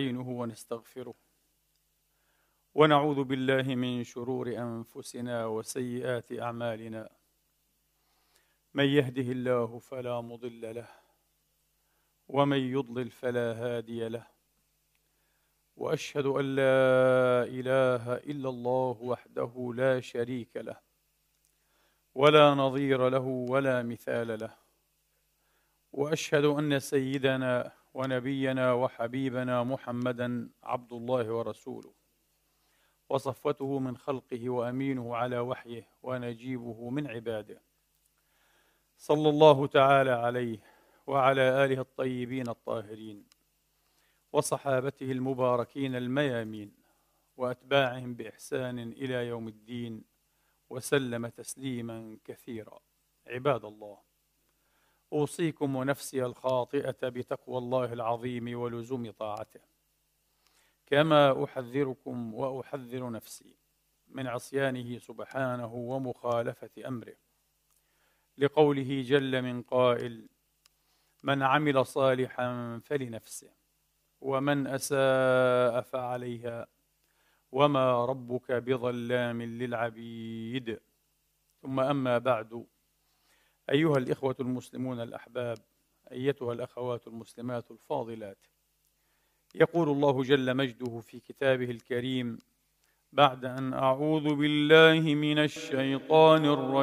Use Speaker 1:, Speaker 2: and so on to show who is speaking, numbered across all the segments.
Speaker 1: ونستعينه ونستغفره ونعوذ بالله من شرور أنفسنا وسيئات أعمالنا. من يهده الله فلا مضل له ومن يضلل فلا هادي له، وأشهد أن لا إله إلا الله وحده لا شريك له ولا نظير له ولا مثال له، وأشهد أن سيدنا ونبينا وحبيبنا محمدًا عبد الله ورسوله، وصفوته من خلقه وأمينه على وحيه ونجيبه من عباده، صلى الله تعالى عليه وعلى آله الطيبين الطاهرين وصحابته المباركين الميامين وأتباعهم بإحسان إلى يوم الدين، وسلم تسليما كثيرا. عباد الله، أوصيكم ونفسي الخاطئة بتقوى الله العظيم ولزوم طاعته، كما أحذركم وأحذر نفسي من عصيانه سبحانه ومخالفة أمره، لقوله جل من قائل: من عمل صالحا فلنفسه ومن أساء فعليها وما ربك بظلام للعبيد. ثم أما بعد، أيها الإخوة المسلمون الأحباب، أيتها الأخوات المسلمات الفاضلات، يقول الله جل مجده في كتابه الكريم بعد أن أعوذ بالله من الشيطان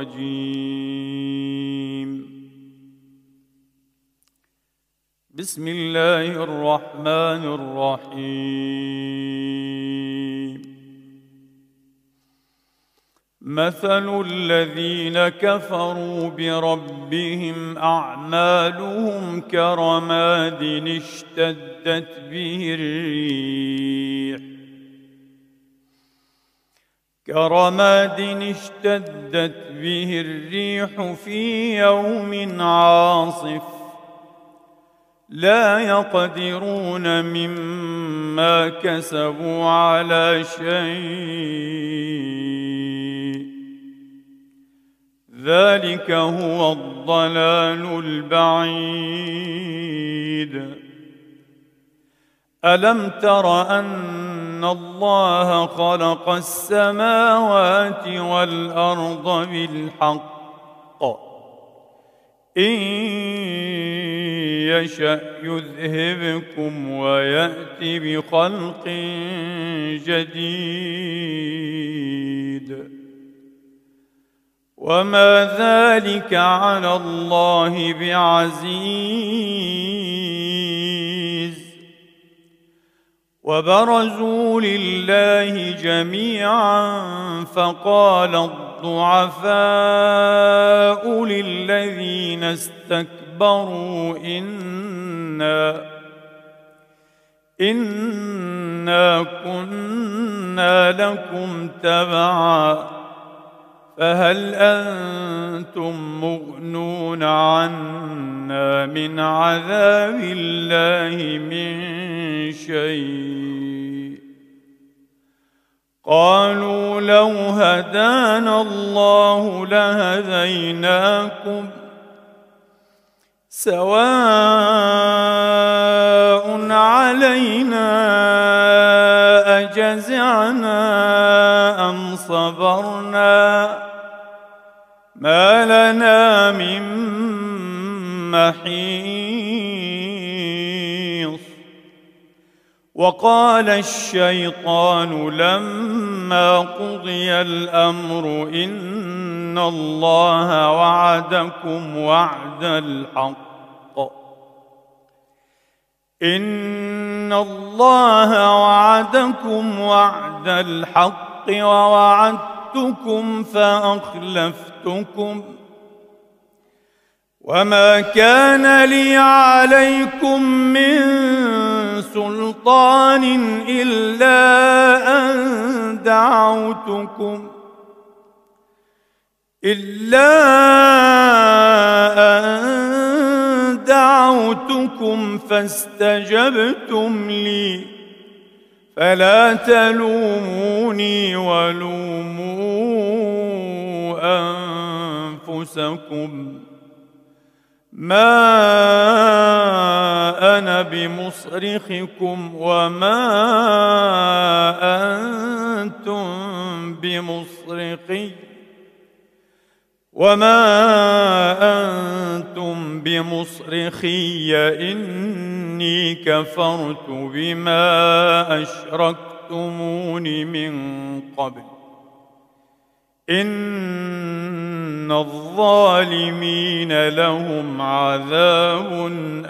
Speaker 1: الرجيم: بسم الله الرحمن الرحيم. مثل الذين كفروا بربهم أعمالهم كرماد اشتدت به الريح في يوم عاصف، لا يقدرون مما كسبوا على شيء، ذلك هو الضلال البعيد. ألم تر أن الله خلق السماوات والأرض بالحق، إن يشأ يذهبكم ويأت بخلق جديد، وما ذلك على الله بعزيز. وبرزوا لله جميعا فقال الضعفاء للذين استكبروا إنا كنا لكم تبعا فهل أنتم مغنون عنا من عذاب الله من شيء؟ قالوا لو هدانا الله لهديناكم سواء علينا أجزعنا أم صبرنا ما لنا من محيص. وقال الشيطان لما قضي الأمر إن الله وعدكم وعد الحق ووعدتكم فأخلفتكم، وما كان لي عليكم من سلطان إلا أن دعوتكم فاستجبتم لي، فلا تلوموني ولوموا أنفسكم، ما أنا بمصرخكم وما أنتم بمصرخي إني كفرت بما أشركتمون من قبل إن الظالمين لهم عذاب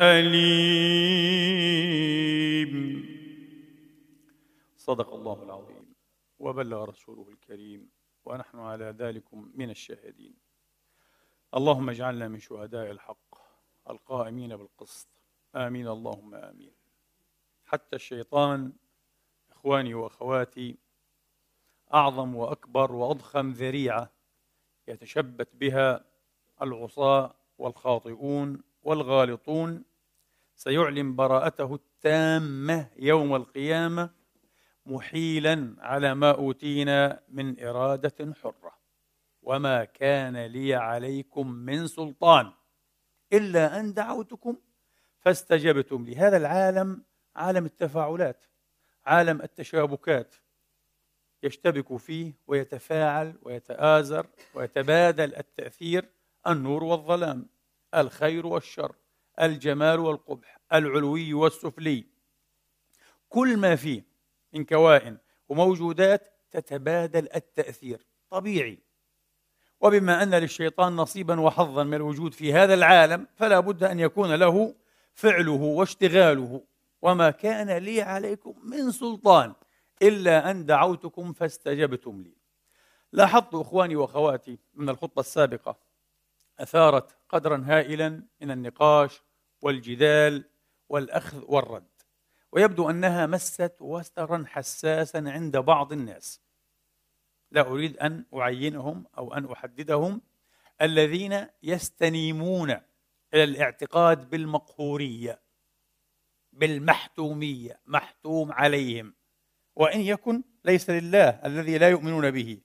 Speaker 1: أليم. صدق الله العظيم وبلغ رسوله الكريم ونحن على ذلك من الشاهدين. اللهم اجعلنا من شهداء الحق القائمين بالقسط، آمين اللهم آمين. حتى الشيطان إخواني وأخواتي أعظم وأكبر وأضخم ذريعة يتشبت بها العصاة والخاطئون والغالطون، سيعلن براءته التامة يوم القيامة، محيلا على ما أوتينا من إرادة حرة. وما كان لي عليكم من سلطان إلا أن دعوتكم فاستجبتم لي. هذا العالم عالم التفاعلات، عالم التشابكات، يشتبك فيه ويتفاعل ويتآزر ويتبادل التأثير، النور والظلام، الخير والشر، الجمال والقبح، العلوي والسفلي. كل ما فيه من كوائن وموجودات تتبادل التأثير، طبيعي. وبما أن للشيطان نصيبا وحظا من الوجود في هذا العالم فلا بد أن يكون له فعله واشتغاله. وما كان لي عليكم من سلطان إلا أن دعوتكم فاستجبتم لي. لاحظت إخواني وأخواتي من الخطبة السابقة أثارت قدرا هائلا من النقاش والجدال والأخذ والرد، ويبدو أنها مست وترا حساسا عند بعض الناس، لا أريد أن أعينهم أو أن أحددهم، الذين يستنيمون إلى الاعتقاد بالمقهورية، بالمحتومية، محتوم عليهم، وإن يكن ليس لله الذي لا يؤمنون به،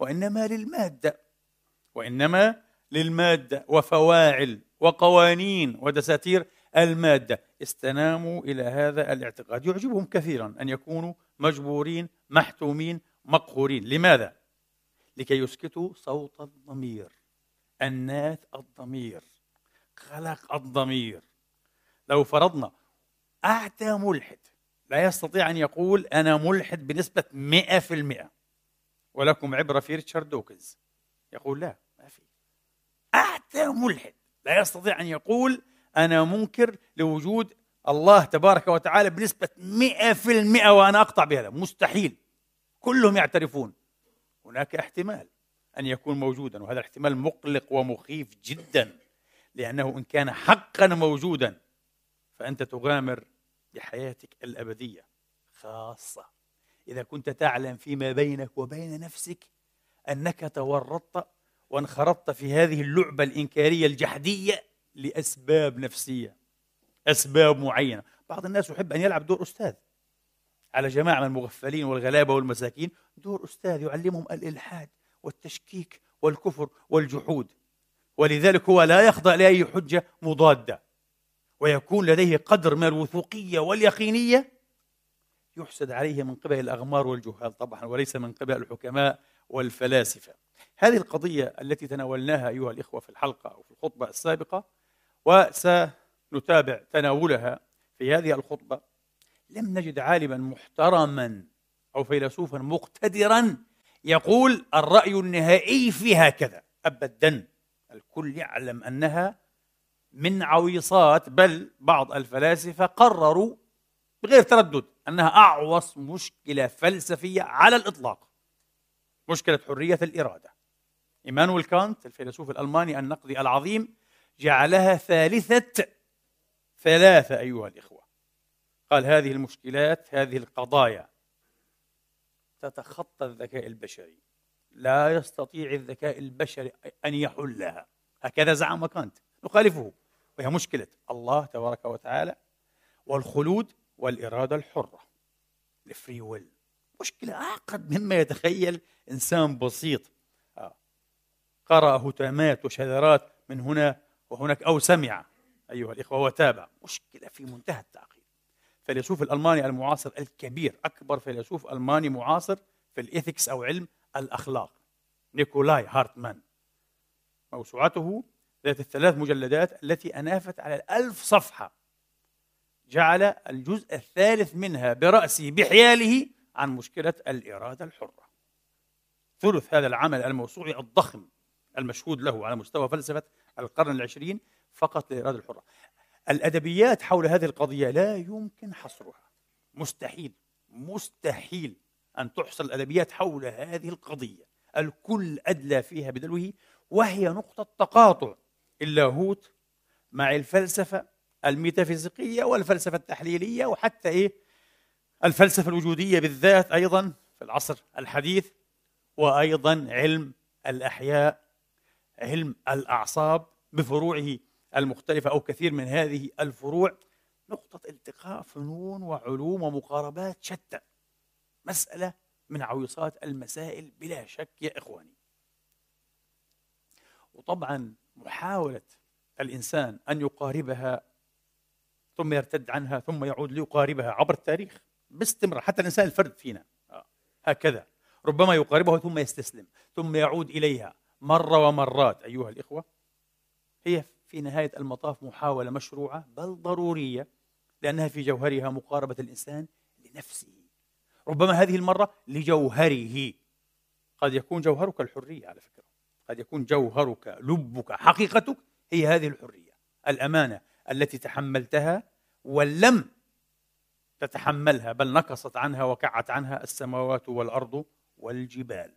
Speaker 1: وإنما للمادة وفواعل وقوانين ودساتير المادة. استناموا إلى هذا الاعتقاد. يعجبهم كثيرا أن يكونوا مجبورين، محتومين، مقهورين. لماذا؟ لكي يسكتوا صوت الضمير، النات الضمير، خلق الضمير. لو فرضنا أعتى ملحد لا يستطيع أن يقول أنا ملحد بنسبة 100%، ولكم عبرة في ريتشارد دوكنز يقول لا، ما في. أعتى ملحد لا يستطيع أن يقول أنا منكر لوجود الله تبارك وتعالى بنسبة 100% وأنا أقطع بهذا، مستحيل. كلهم يعترفون هناك احتمال أن يكون موجودا، وهذا الاحتمال مقلق ومخيف جدا، لأنه إن كان حقا موجودا فأنت تغامر بحياتك الأبدية، خاصة إذا كنت تعلم فيما بينك وبين نفسك أنك تورطت وانخرطت في هذه اللعبة الإنكارية الجحدية لأسباب نفسية، أسباب معينة. بعض الناس يحب أن يلعب دور أستاذ على جماعة من المغفلين والغلابة والمساكين، دور أستاذ يعلمهم الإلحاد والتشكيك والكفر والجحود، ولذلك هو لا يخضع لأي حجة مضادة، ويكون لديه قدر من الوثوقية واليقينية يحسد عليه من قبل الأغمار والجهال طبعا، وليس من قبل الحكماء والفلاسفة. هذه القضية التي تناولناها أيها الإخوة في الحلقة أو في الخطبة السابقة، وسنتابع تناولها في هذه الخطبة. لم نجد عالما محترما أو فيلسوفا مقتدرا يقول الرأي النهائي فيها كذا، أبدا. الكل يعلم أنها من عويصات، بل بعض الفلاسفة قرروا بغير تردد أنها أعوص مشكلة فلسفية على الإطلاق، مشكلة حرية الإرادة. إيمانويل كانت الفيلسوف الألماني النقدي العظيم جعلها ثلاثة أيها الإخوة. قال هذه المشكلات، هذه القضايا تتخطى الذكاء البشري، لا يستطيع الذكاء البشري أن يحلها، هكذا زعم كانت، نخالفه. وهي مشكلة الله تبارك وتعالى والخلود والإرادة الحرة، الفري ويل. مشكلة أعقد مما يتخيل إنسان بسيط قرأ هتامات وشذرات من هنا وهناك أو سمع أيها الإخوة وتابع. مشكلة في منتهى التعقيد. الفيلسوف الألماني المعاصر الكبير، أكبر فيلسوف ألماني معاصر في الإيثكس أو علم الأخلاق، نيكولاي هارتمان، موسوعته ذات الثلاث مجلدات التي أنافت على 1000 صفحة، جعل الجزء الثالث منها برأسه بحياله عن مشكلة الإرادة الحرة. ثلث هذا العمل الموسوعي الضخم المشهود له على مستوى فلسفة القرن العشرين فقط للإرادة الحرة. الأدبيات حول هذه القضية لا يمكن حصرها، مستحيل مستحيل أن تحصل الأدبيات حول هذه القضية. الكل أدلى فيها بدلوه، وهي نقطة تقاطع اللاهوت مع الفلسفة الميتافيزيقية والفلسفة التحليلية، وحتى الفلسفة الوجودية بالذات أيضا في العصر الحديث، وأيضا علم الأحياء، علم الأعصاب بفروعه المختلفة أو كثير من هذه الفروع، نقطة التقاء فنون وعلوم ومقاربات شتى. مسألة من عويصات المسائل بلا شك يا إخواني. وطبعا محاولة الإنسان أن يقاربها ثم يرتد عنها ثم يعود ليقاربها عبر التاريخ باستمرار، حتى الإنسان الفرد فينا هكذا ربما يقاربها ثم يستسلم ثم يعود إليها مرة ومرات. أيها الإخوة، هي في نهاية المطاف محاولة مشروعة بل ضرورية، لأنها في جوهرها مقاربة الإنسان لنفسه، ربما هذه المرة لجوهره. قد يكون جوهرك الحرية، على فكرة قد يكون جوهرك لبك حقيقتك هي هذه الحرية، الأمانة التي تحملتها ولم تتحملها، بل نقصت عنها وكعت عنها السماوات والأرض والجبال.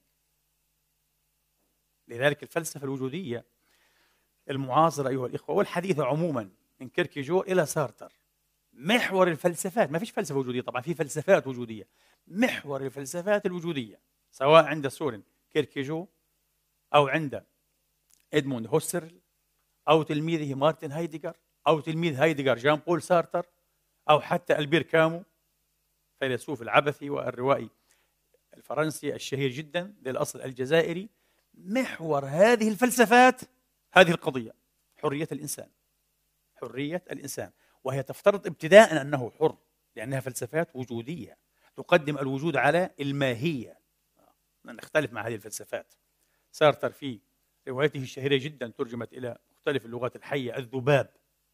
Speaker 1: لذلك الفلسفة الوجودية المعاصرة أيها الإخوة والحديثة عموما من كيركيجور إلى سارتر، محور الفلسفات، ما فيش فلسفة وجودية طبعا، في فلسفات وجودية، محور الفلسفات الوجودية سواء عند سورين كيركيجور أو عند إدموند هوسرل أو تلميذه مارتن هايدغر أو تلميذ هايدغر جان بول سارتر أو حتى ألبير كامو فيلسوف العبثي والروائي الفرنسي الشهير جدا للأصل الجزائري. محور هذه الفلسفات هذه القضية، حرية الإنسان، حرية الإنسان، وهي تفترض ابتداء أنه حر لأنها فلسفات وجودية تقدم الوجود على الماهية. نختلف مع هذه الفلسفات. سارتر في روايته الشهيرة جدا ترجمت إلى مختلف اللغات الحية الذباب،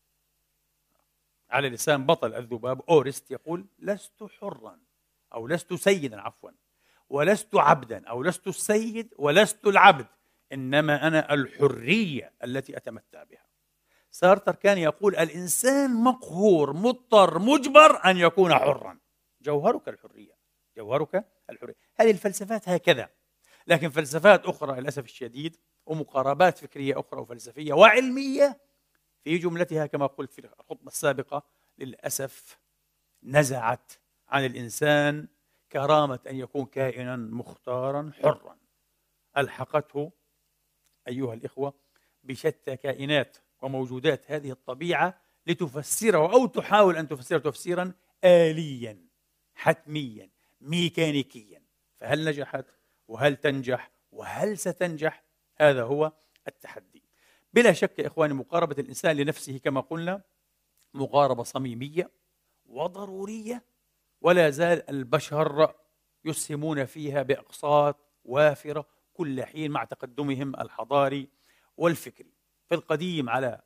Speaker 1: على لسان بطل الذباب أورست يقول: لست حرا أو لست سيدا عفوا، ولست عبدا أو لست السيد ولست العبد، إنما أنا الحرية التي أتمتع بها. سارتر كان يقول الإنسان مقهور مضطر مجبر أن يكون حرا، جوهرك الحرية، جوهرك الحرية. هذه الفلسفات هكذا، لكن فلسفات أخرى للأسف الشديد ومقاربات فكرية أخرى وفلسفية وعلمية في جملتها كما قلت في الخطبة السابقة للأسف نزعت عن الإنسان كرامة أن يكون كائنا مختارا حرا، ألحقته أيها الإخوة بشتى كائنات وموجودات هذه الطبيعة لتفسره أو تحاول أن تفسره تفسيرا آليا حتميا ميكانيكيا. فهل نجحت؟ وهل تنجح؟ وهل ستنجح؟ هذا هو التحدي. بلا شك يا إخواني مقاربة الإنسان لنفسه كما قلنا مقاربة صميمية وضرورية، ولا زال البشر يسهمون فيها بأقساط وافرة كل حين مع تقدمهم الحضاري والفكري. في القديم على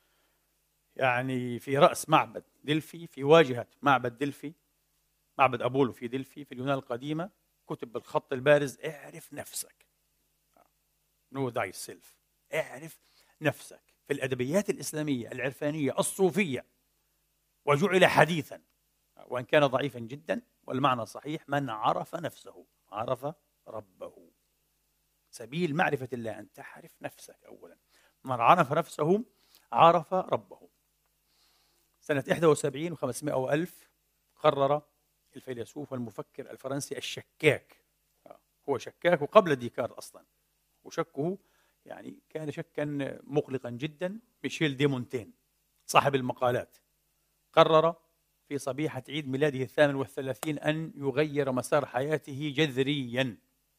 Speaker 1: في رأس معبد دلفي، في واجهة معبد دلفي، معبد أبولو في دلفي في اليونان القديمة، كتب بالخط البارز: اعرف نفسك، know thyself، اعرف نفسك. في الأدبيات الإسلامية العرفانية الصوفية، وجعل حديثا وإن كان ضعيفا جدا، والمعنى صحيح: من عرف نفسه عرف ربه. سبيل معرفة الله أن تعرف نفسك أولا. من عرف نفسه عرف ربه. سنة 71 و500 وألف قرر الفيلسوف والمفكر الفرنسي الشكاك، هو شكاك وقبل ديكار أصلا، وشكه كان شكا مقلقا جدا، ميشيل دي مونتين صاحب المقالات، قرر في صبيحة عيد ميلاده 38 أن يغير مسار حياته جذريا،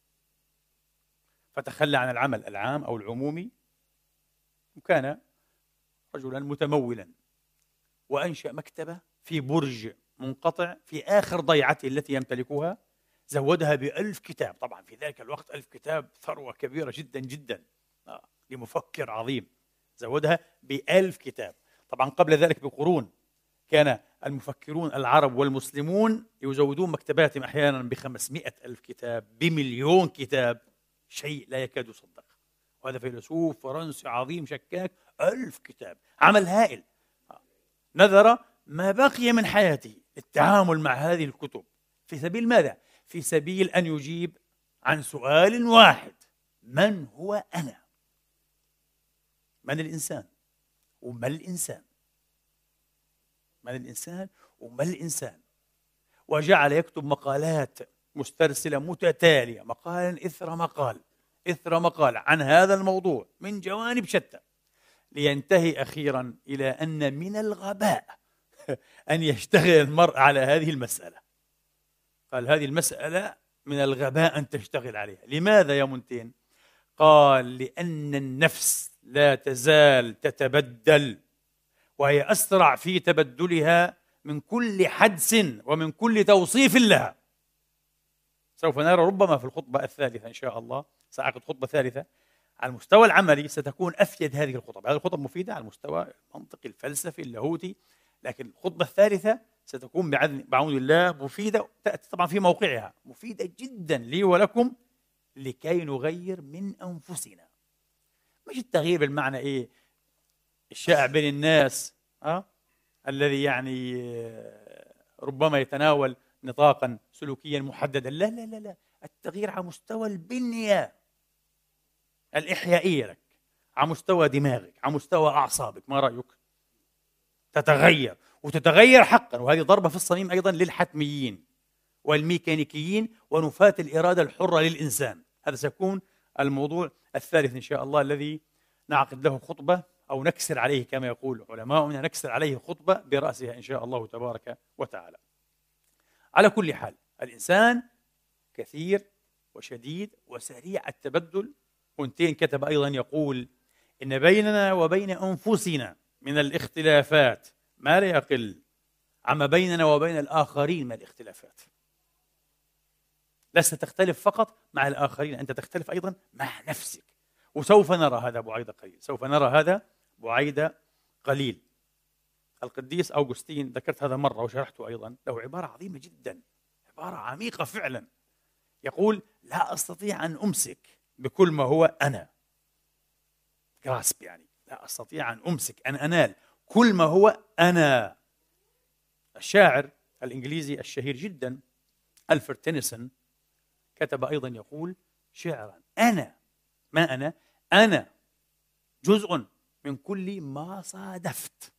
Speaker 1: فتخلى عن العمل العام أو العمومي، وكان رجلا متمولا وأنشأ مكتبة في برج منقطع في آخر ضيعته التي يمتلكها، زودها ب1000 كتاب. طبعا في ذلك الوقت 1000 كتاب ثروة كبيرة جدا جدا، لمفكر عظيم، زودها ب1000 كتاب. طبعا قبل ذلك بقرون كان المفكرون العرب والمسلمون يزودون مكتباتهم أحيانا ب500,000 كتاب، ب1,000,000 كتاب، شيء لا يكاد يصدق. وهذا فيلسوف فرنسي عظيم شكاك، 1000 كتاب، عمل هائل. نذر ما بقي من حياته التعامل مع هذه الكتب في سبيل ماذا؟ في سبيل أن يجيب عن سؤال واحد: من هو أنا؟ من الإنسان؟ وما الإنسان؟ من الإنسان وما الإنسان؟ وجعل يكتب مقالات مسترسلة متتالية، مقال إثر مقال إثر مقال عن هذا الموضوع من جوانب شتى، لينتهي أخيرا إلى أن من الغباء أن يشتغل المرء على هذه المسألة. قال: هذه المسألة من الغباء أن تشتغل عليها. لماذا يا منتين؟ قال: لأن النفس لا تزال تتبدل، وهي أسرع في تبدلها من كل حدس ومن كل توصيف لها. سوف نرى ربما في الخطبة الثالثة إن شاء الله، سأعقد خطبة ثالثة على المستوى العملي، ستكون أفيد هذه الخطب. هذه الخطب مفيدة على المستوى المنطقي الفلسفي اللاهوتي، لكن الخطبة الثالثة ستكون بعون الله مفيدة، تأتي طبعا في موقعها، مفيدة جدا لي ولكم، لكي نغير من أنفسنا. مش التغيير بالمعنى إيه الشائع بين الناس، الذي يعني ربما يتناول نطاقا سلوكيا محددا. لا لا لا لا، التغيير على مستوى البنية الإحيائية لك، على مستوى دماغك، على مستوى أعصابك. ما رأيك؟ تتغير وتتغير حقا. وهذه ضربة في الصميم أيضا للحتميين والميكانيكيين ونفاة الإرادة الحرة للإنسان. هذا سيكون الموضوع الثالث إن شاء الله، الذي نعقد له خطبة أو نكسر عليه كما يقول علماؤنا، نكسر عليه خطبة برأسها إن شاء الله تبارك وتعالى. على كل حال، الإنسان كثير وشديد وسريع التبدل. كونتين كتب أيضا يقول: إن بيننا وبين أنفسنا من الاختلافات ما لا يقل عما بيننا وبين الآخرين من الاختلافات. لست تختلف فقط مع الآخرين، أنت تختلف أيضا مع نفسك. وسوف نرى هذا بعيد قليل، سوف نرى هذا بعيد قليل. القديس أوغسطين، ذكرت هذا مرة وشرحته أيضا، له عبارة عظيمة جدا، عبارة عميقة فعلا. يقول: لا أستطيع أن أمسك بكل ما هو أنا، grasp، يعني لا أستطيع أن أمسك، أن أنال كل ما هو أنا. الشاعر الإنجليزي الشهير جدا ألفرد تينيسون كتب أيضا يقول شعرا: أنا، ما أنا؟ أنا جزء من كل ما صادفت.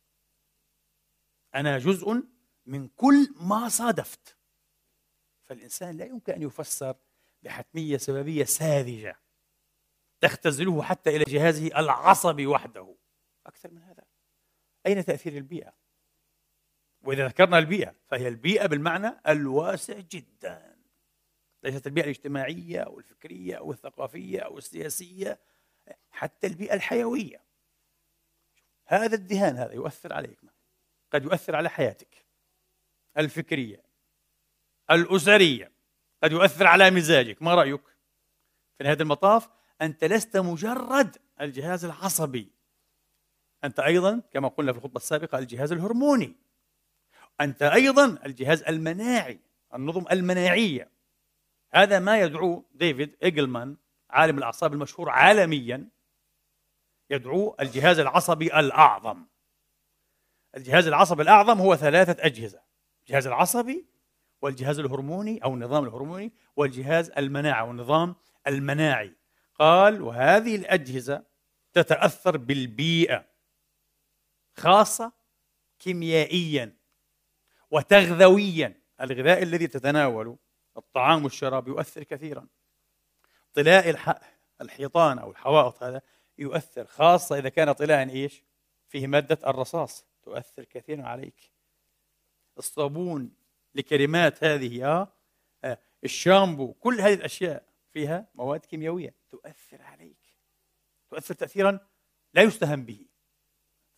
Speaker 1: أنا جزء من كل ما صادفت. فالإنسان لا يمكن أن يفسر بحتمية سببية ساذجة تختزله حتى إلى جهازه العصبي وحده. أكثر من هذا، أين تأثير البيئة؟ وإذا ذكرنا البيئة فهي البيئة بالمعنى الواسع جدا، ليست البيئة الاجتماعية أو الفكرية أو الثقافية أو السياسية، حتى البيئة الحيوية. هذا الدهان هذا يؤثر عليك، قد يؤثر على حياتك الفكرية الأسرية، قد يؤثر على مزاجك. ما رأيك؟ في نهاية المطاف أنت لست مجرد الجهاز العصبي، أنت أيضا كما قلنا في الخطبة السابقة الجهاز الهرموني، أنت أيضا الجهاز المناعي، النظم المناعية. هذا ما يدعو ديفيد إيجلمان عالم الأعصاب المشهور عالميا، يدعو الجهاز العصبي الأعظم. الجهاز العصبي الأعظم هو 3 أجهزة: الجهاز العصبي، والجهاز الهرموني أو النظام الهرموني، والجهاز المناعي أو النظام المناعي. قال: وهذه الأجهزة تتأثر بالبيئة، خاصة كيميائيا وتغذويا. الغذاء الذي تتناوله، الطعام والشراب، يؤثر كثيرا. طلاء الحيطان أو الحوائط هذا يؤثر، خاصة إذا كان طلاء إيش؟ فيه مادة الرصاص، تؤثر كثيرا عليك. الصابون، الكريمات هذه، الشامبو، كل هذه الأشياء فيها مواد كيميائية تؤثر عليك، تؤثر تأثيرا لا يستهان به.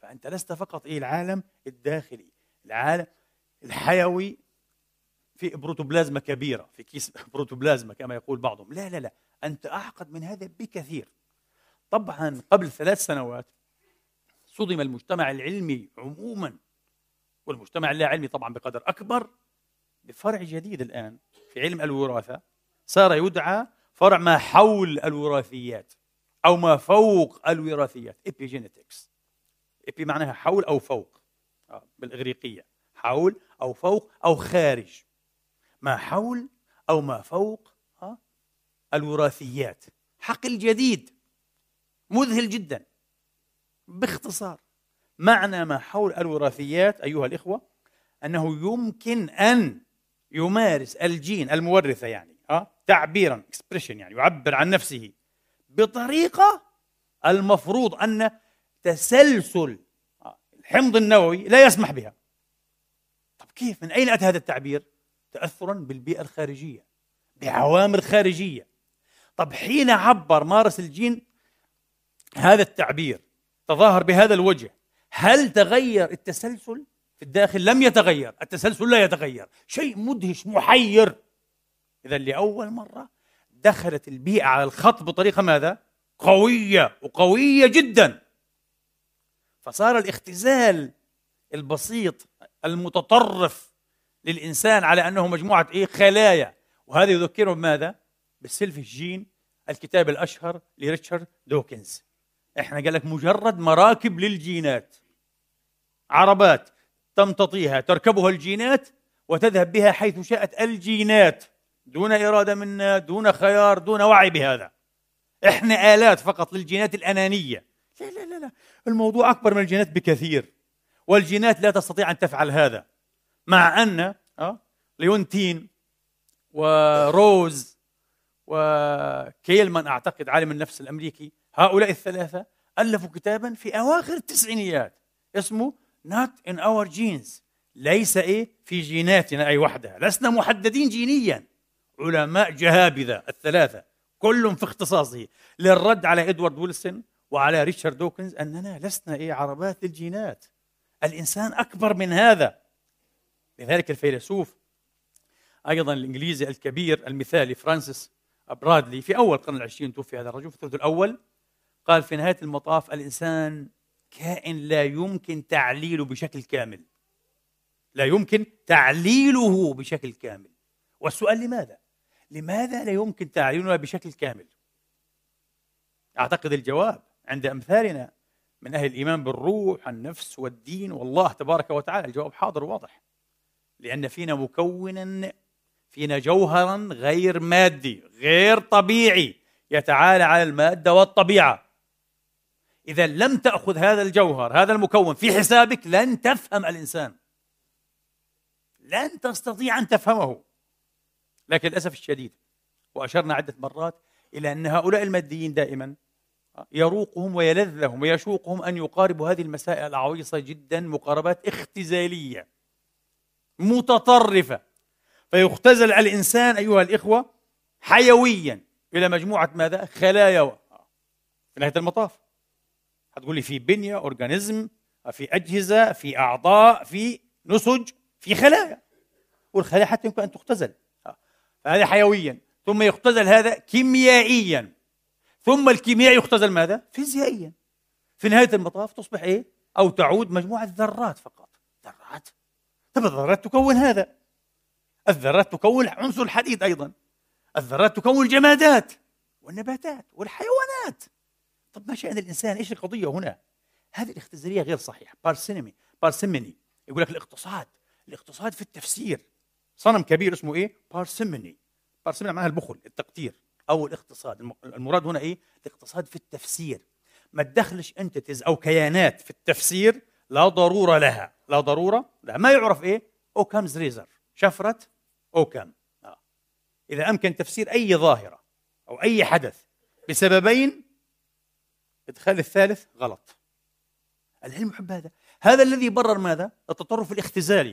Speaker 1: فأنت لست فقط العالم الداخلي، العالم الحيوي في بروتوبلازما كبيرة، في كيس بروتوبلازما كما يقول بعضهم. لا لا لا، أنت أعقد من هذا بكثير. طبعا قبل 3 سنوات صدم المجتمع العلمي عموما، والمجتمع اللا علمي طبعا بقدر أكبر، بفرع جديد الآن في علم الوراثة صار يدعى فرع ما حول الوراثيات أو ما فوق الوراثيات، epigenetics. epi معناها حول أو فوق بالإغريقية، حول أو فوق أو خارج، ما حول أو ما فوق الوراثيات. حقل جديد مذهل جدا. باختصار، معنى ما حول الوراثيات أيها الإخوة أنه يمكن أن يمارس الجين المورثة يعني تعبيرا expression، يعني يعبر عن نفسه بطريقة المفروض أن تسلسل الحمض النووي لا يسمح بها. طب كيف؟ من أين أتى هذا التعبير؟ تأثرا بالبيئة الخارجية، بعوامل خارجية. طب حين مارس الجين هذا التعبير، تظاهر بهذا الوجه، هل تغير التسلسل في الداخل؟ لم يتغير، التسلسل لا يتغير. شيء مدهش محير. إذا لأول مرة دخلت البيئة على الخط بطريقة ماذا؟ قوية، وقوية جدا. فصار الاختزال البسيط المتطرف للإنسان على أنه مجموعة خلايا، وهذا يذكره بماذا؟ بالسيلفيش جين، الكتاب الأشهر لريتشارد دوكنز. إحنا قال لك مجرد مراكب للجينات، عربات تمتطيها تركبها الجينات وتذهب بها حيث شاءت الجينات، دون إرادة منا، دون خيار، دون وعي بهذا. إحنا آلات فقط للجينات الأنانية. لا لا لا لا، الموضوع أكبر من الجينات بكثير، والجينات لا تستطيع أن تفعل هذا. مع أن ليونتين وروز وكيلمان، أعتقد عالم النفس الأمريكي، هؤلاء الثلاثة ألفوا كتابا في أواخر التسعينيات اسمه Not in our genes، ليس في جيناتنا أي وحدها، لسنا محددين جينيا. علماء جهابذة الثلاثة كلهم في اختصاصه، للرد على إدوارد ويلسون وعلى ريتشارد دوكنز أننا لسنا عربات للجينات، الإنسان أكبر من هذا. لذلك الفيلسوف أيضا الإنجليزي الكبير المثالي فرانسيس برادلي في أول القرن العشرين، توفي هذا الرجل في الثلث الأول، قال في نهاية المطاف الإنسان كائن لا يمكن تعليله بشكل كامل، لا يمكن تعليله بشكل كامل. والسؤال لماذا لا يمكن تعليلنا بشكل كامل؟ أعتقد الجواب عند أمثالنا من أهل الإيمان بالروح، النفس والدين والله تبارك وتعالى، الجواب حاضر واضح. لأن فينا مكونا، فينا جوهرا غير مادي غير طبيعي يتعالى على المادة والطبيعة. إذا لم تأخذ هذا الجوهر، هذا المكون في حسابك، لن تفهم الإنسان، لن تستطيع أن تفهمه. لكن للأسف الشديد، وأشرنا عدة مرات إلى أن هؤلاء الماديين دائما يروقهم ويلذ لهم ويشوقهم أن يقاربوا هذه المسائل العويصة جدا مقاربات اختزالية متطرفة، فيختزل الإنسان أيها الإخوة حيويا إلى مجموعة ماذا؟ خلايا. في نهاية المطاف هتقول لي في بنية، أورجانيزم، في أجهزة، في أعضاء، في نسج، في خلايا، والخلايا حتى يمكن أن تختزل، فهذا حيويا، ثم يختزل هذا كيميائيا، ثم الكيمياء يختزل ماذا؟ فيزيائيا. في نهاية المطاف تصبح أو تعود مجموعة ذرات فقط. ذرات؟ طب الذرات تكون هذا، الذرات تكون عنصر الحديد أيضا، الذرات تكون الجمادات والنباتات والحيوانات. طب ما شأن الإنسان؟ إيش القضية هنا؟ هذه الاختزالية غير صحيحة. بارسيمني يقول لك الاقتصاد في التفسير، صنم كبير اسمه بارسيمني معناها البخل، التقتير أو الاقتصاد. المراد هنا الاقتصاد في التفسير. ما تدخلش انتيتيز أو كيانات في التفسير لا ضرورة لها، ما يعرف أوكامز ريزر، شفرة أوكام. إذا أمكن تفسير أي ظاهرة أو أي حدث بسببين، إدخال الثالث غلط. العلم يحب هذا الذي برر ماذا؟ التطرف الاختزالي،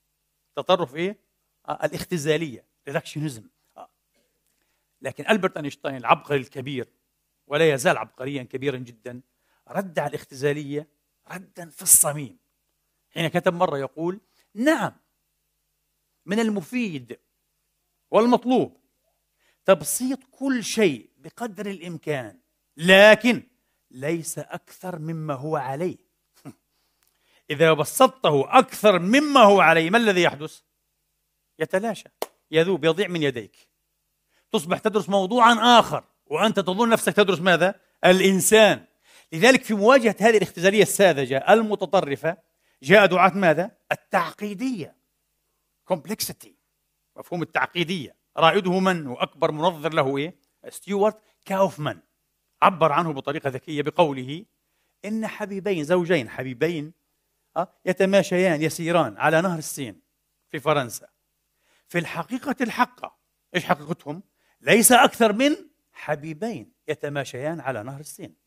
Speaker 1: الاختزالية، ريدكشنزم. لكن ألبرت أينشتاين العبقري الكبير، ولا يزال عبقريا كبيرا جدا، رد على الاختزالية ردا في الصميم، حين كتب مرة يقول: نعم، من المفيد والمطلوب تبسيط كل شيء بقدر الإمكان، لكن ليس أكثر مما هو عليه. إذا بسطته أكثر مما هو عليه، ما الذي يحدث؟ يتلاشى، يذوب، يضيع من يديك، تصبح تدرس موضوعا آخر وأنت تظن نفسك تدرس ماذا؟ الإنسان. لذلك في مواجهة هذه الاختزالية الساذجة المتطرفة جاء دعاة ماذا؟ التعقيدية، complexity، مفهوم التعقيدية. رائده من؟ وأكبر منظر له إيه؟ ستيوارت كاوفمان، عبر عنه بطريقة ذكية بقوله: إن حبيبين، زوجين حبيبين يتماشيان يسيران على نهر السين في فرنسا، في الحقيقة الحقة، إيش حقيقتهم؟ ليس أكثر من حبيبين يتماشيان على نهر السين.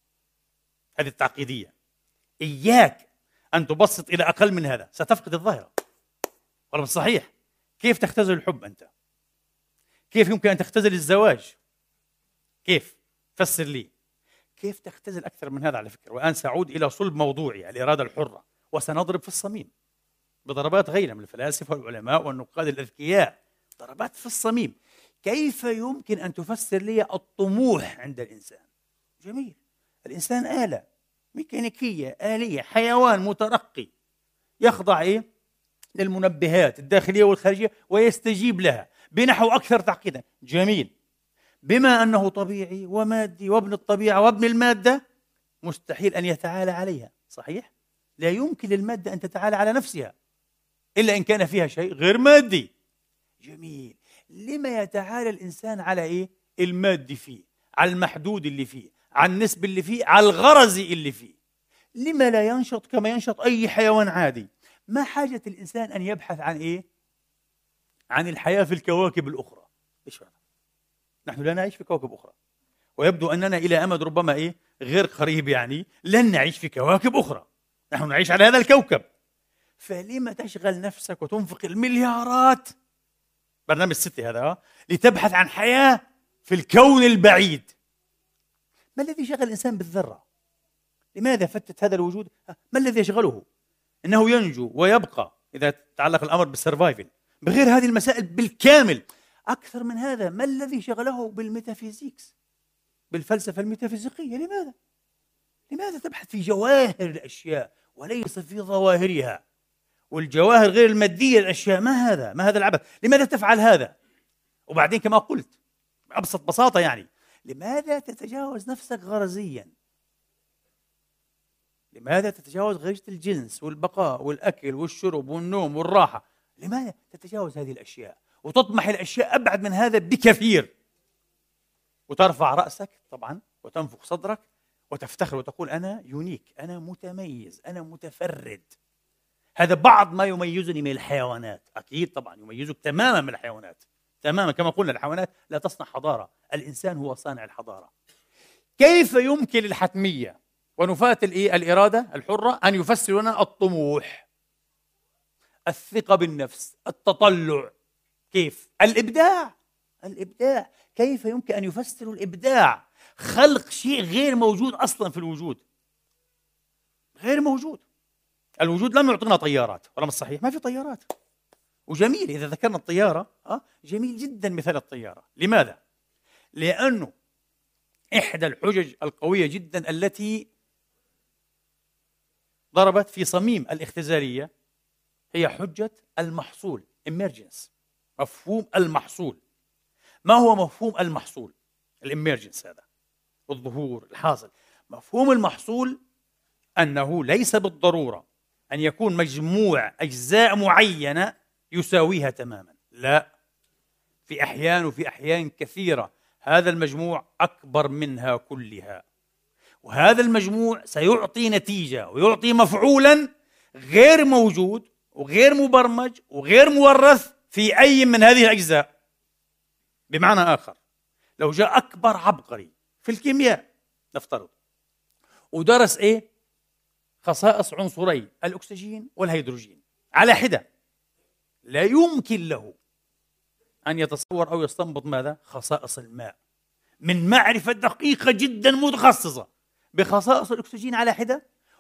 Speaker 1: هذه التعقيدية. إياك أن تبسط إلى أقل من هذا، ستفقد الظاهرة. ولا مش صحيح؟ كيف تختزل الحب أنت؟ كيف يمكن أن تختزل الزواج؟ كيف؟ فسر لي. كيف تختزل أكثر من هذا على فكرة؟ والآن سأعود إلى صلب موضوعي، الإرادة الحرة، وسنضرب في الصميم بضربات غيرها من الفلاسفة والعلماء والنقاد الأذكياء، ضربات في الصميم. كيف يمكن أن تفسر لي الطموح عند الإنسان؟ جميل، الإنسان آلة ميكانيكية، آلية، حيوان مترقي، يخضع للمنبهات الداخلية والخارجية ويستجيب لها بنحو أكثر تعقيدا. جميل، بما أنه طبيعي ومادي وابن الطبيعة وابن المادة، مستحيل أن يتعالى عليها. صحيح؟ لا يمكن للمادة أن تتعالى على نفسها إلا إن كان فيها شيء غير مادي. جميل، لما يتعالى الإنسان على المادي فيه، على المحدود اللي فيه، على النسب اللي فيه، على الغرز اللي فيه؟ لما لا ينشط كما ينشط أي حيوان عادي؟ ما حاجة الإنسان أن يبحث عن عن الحياة في الكواكب الأخرى؟ إيش هذا؟ نحن لا نعيش في كواكب أخرى، ويبدو أننا إلى أمد ربما غير قريب لن نعيش في كواكب أخرى، نحن نعيش على هذا الكوكب. فلما تشغل نفسك وتنفق المليارات، برنامج 6 هذا، لتبحث عن حياة في الكون البعيد؟ ما الذي شغل الإنسان بالذرة؟ لماذا فتت هذا الوجود؟ ما الذي يشغله؟ إنه ينجو ويبقى إذا تعلق الأمر بالسرفايفل، بغير هذه المسائل بالكامل. أكثر من هذا، ما الذي شغله بالميتافيزيكس، بالفلسفة الميتافيزيقية؟ لماذا تبحث في جواهر الأشياء وليس في ظواهرها؟ والجواهر غير المادية الأشياء، ما هذا العبث؟ لماذا تفعل هذا؟ وبعدين كما قلت بأبسط بساطة، لماذا تتجاوز نفسك غرزيا؟ لماذا تتجاوز غريزة الجنس والبقاء والأكل والشرب والنوم والراحة؟ لماذا تتجاوز هذه الأشياء وتطمح الأشياء أبعد من هذا بكثير، وترفع رأسك طبعا وتنفخ صدرك وتفتخر وتقول: أنا يونيك، أنا متميز، أنا متفرد، هذا بعض ما يميزني من الحيوانات. أكيد طبعا يميزك تماما من الحيوانات، تماما، كما قلنا الحيوانات لا تصنع حضارة، الإنسان هو صانع الحضارة. كيف يمكن للحتمية ونفاة الإرادة الحرة أن يفسر لنا الطموح، الثقة بالنفس، التطلع؟ كيف؟ الإبداع، كيف يمكن أن يفسر الإبداع؟ خلق شيء غير موجود أصلا في الوجود، غير موجود. الوجود لم يعطينا طيارات، ولا مش صحيح؟ ما في طيارات. وجميل إذا ذكرنا الطيارة، جميل جدا مثال الطيارة. لماذا؟ لأنه إحدى الحجج القوية جدا التي ضربت في صميم الاختزالية هي حجة المحصول، emergence، مفهوم المحصول. ما هو مفهوم المحصول؟ الإميرجنس، هذا الظهور الحاصل. مفهوم المحصول أنه ليس بالضرورة أن يكون مجموع أجزاء معينة يساويها تماما، لا، في أحيان وفي أحيان كثيرة هذا المجموع أكبر منها كلها، وهذا المجموع سيعطي نتيجة ويعطي مفعولا غير موجود وغير مبرمج وغير مورث في أي من هذه الأجزاء. بمعنى آخر، لو جاء أكبر عبقري في الكيمياء نفترض ودرس خصائص عنصري الأكسجين والهيدروجين على حدة، لا يمكن له أن يتصور أو يستنبط ماذا؟ خصائص الماء، من معرفة دقيقة جدا متخصصة بخصائص الأكسجين على حدة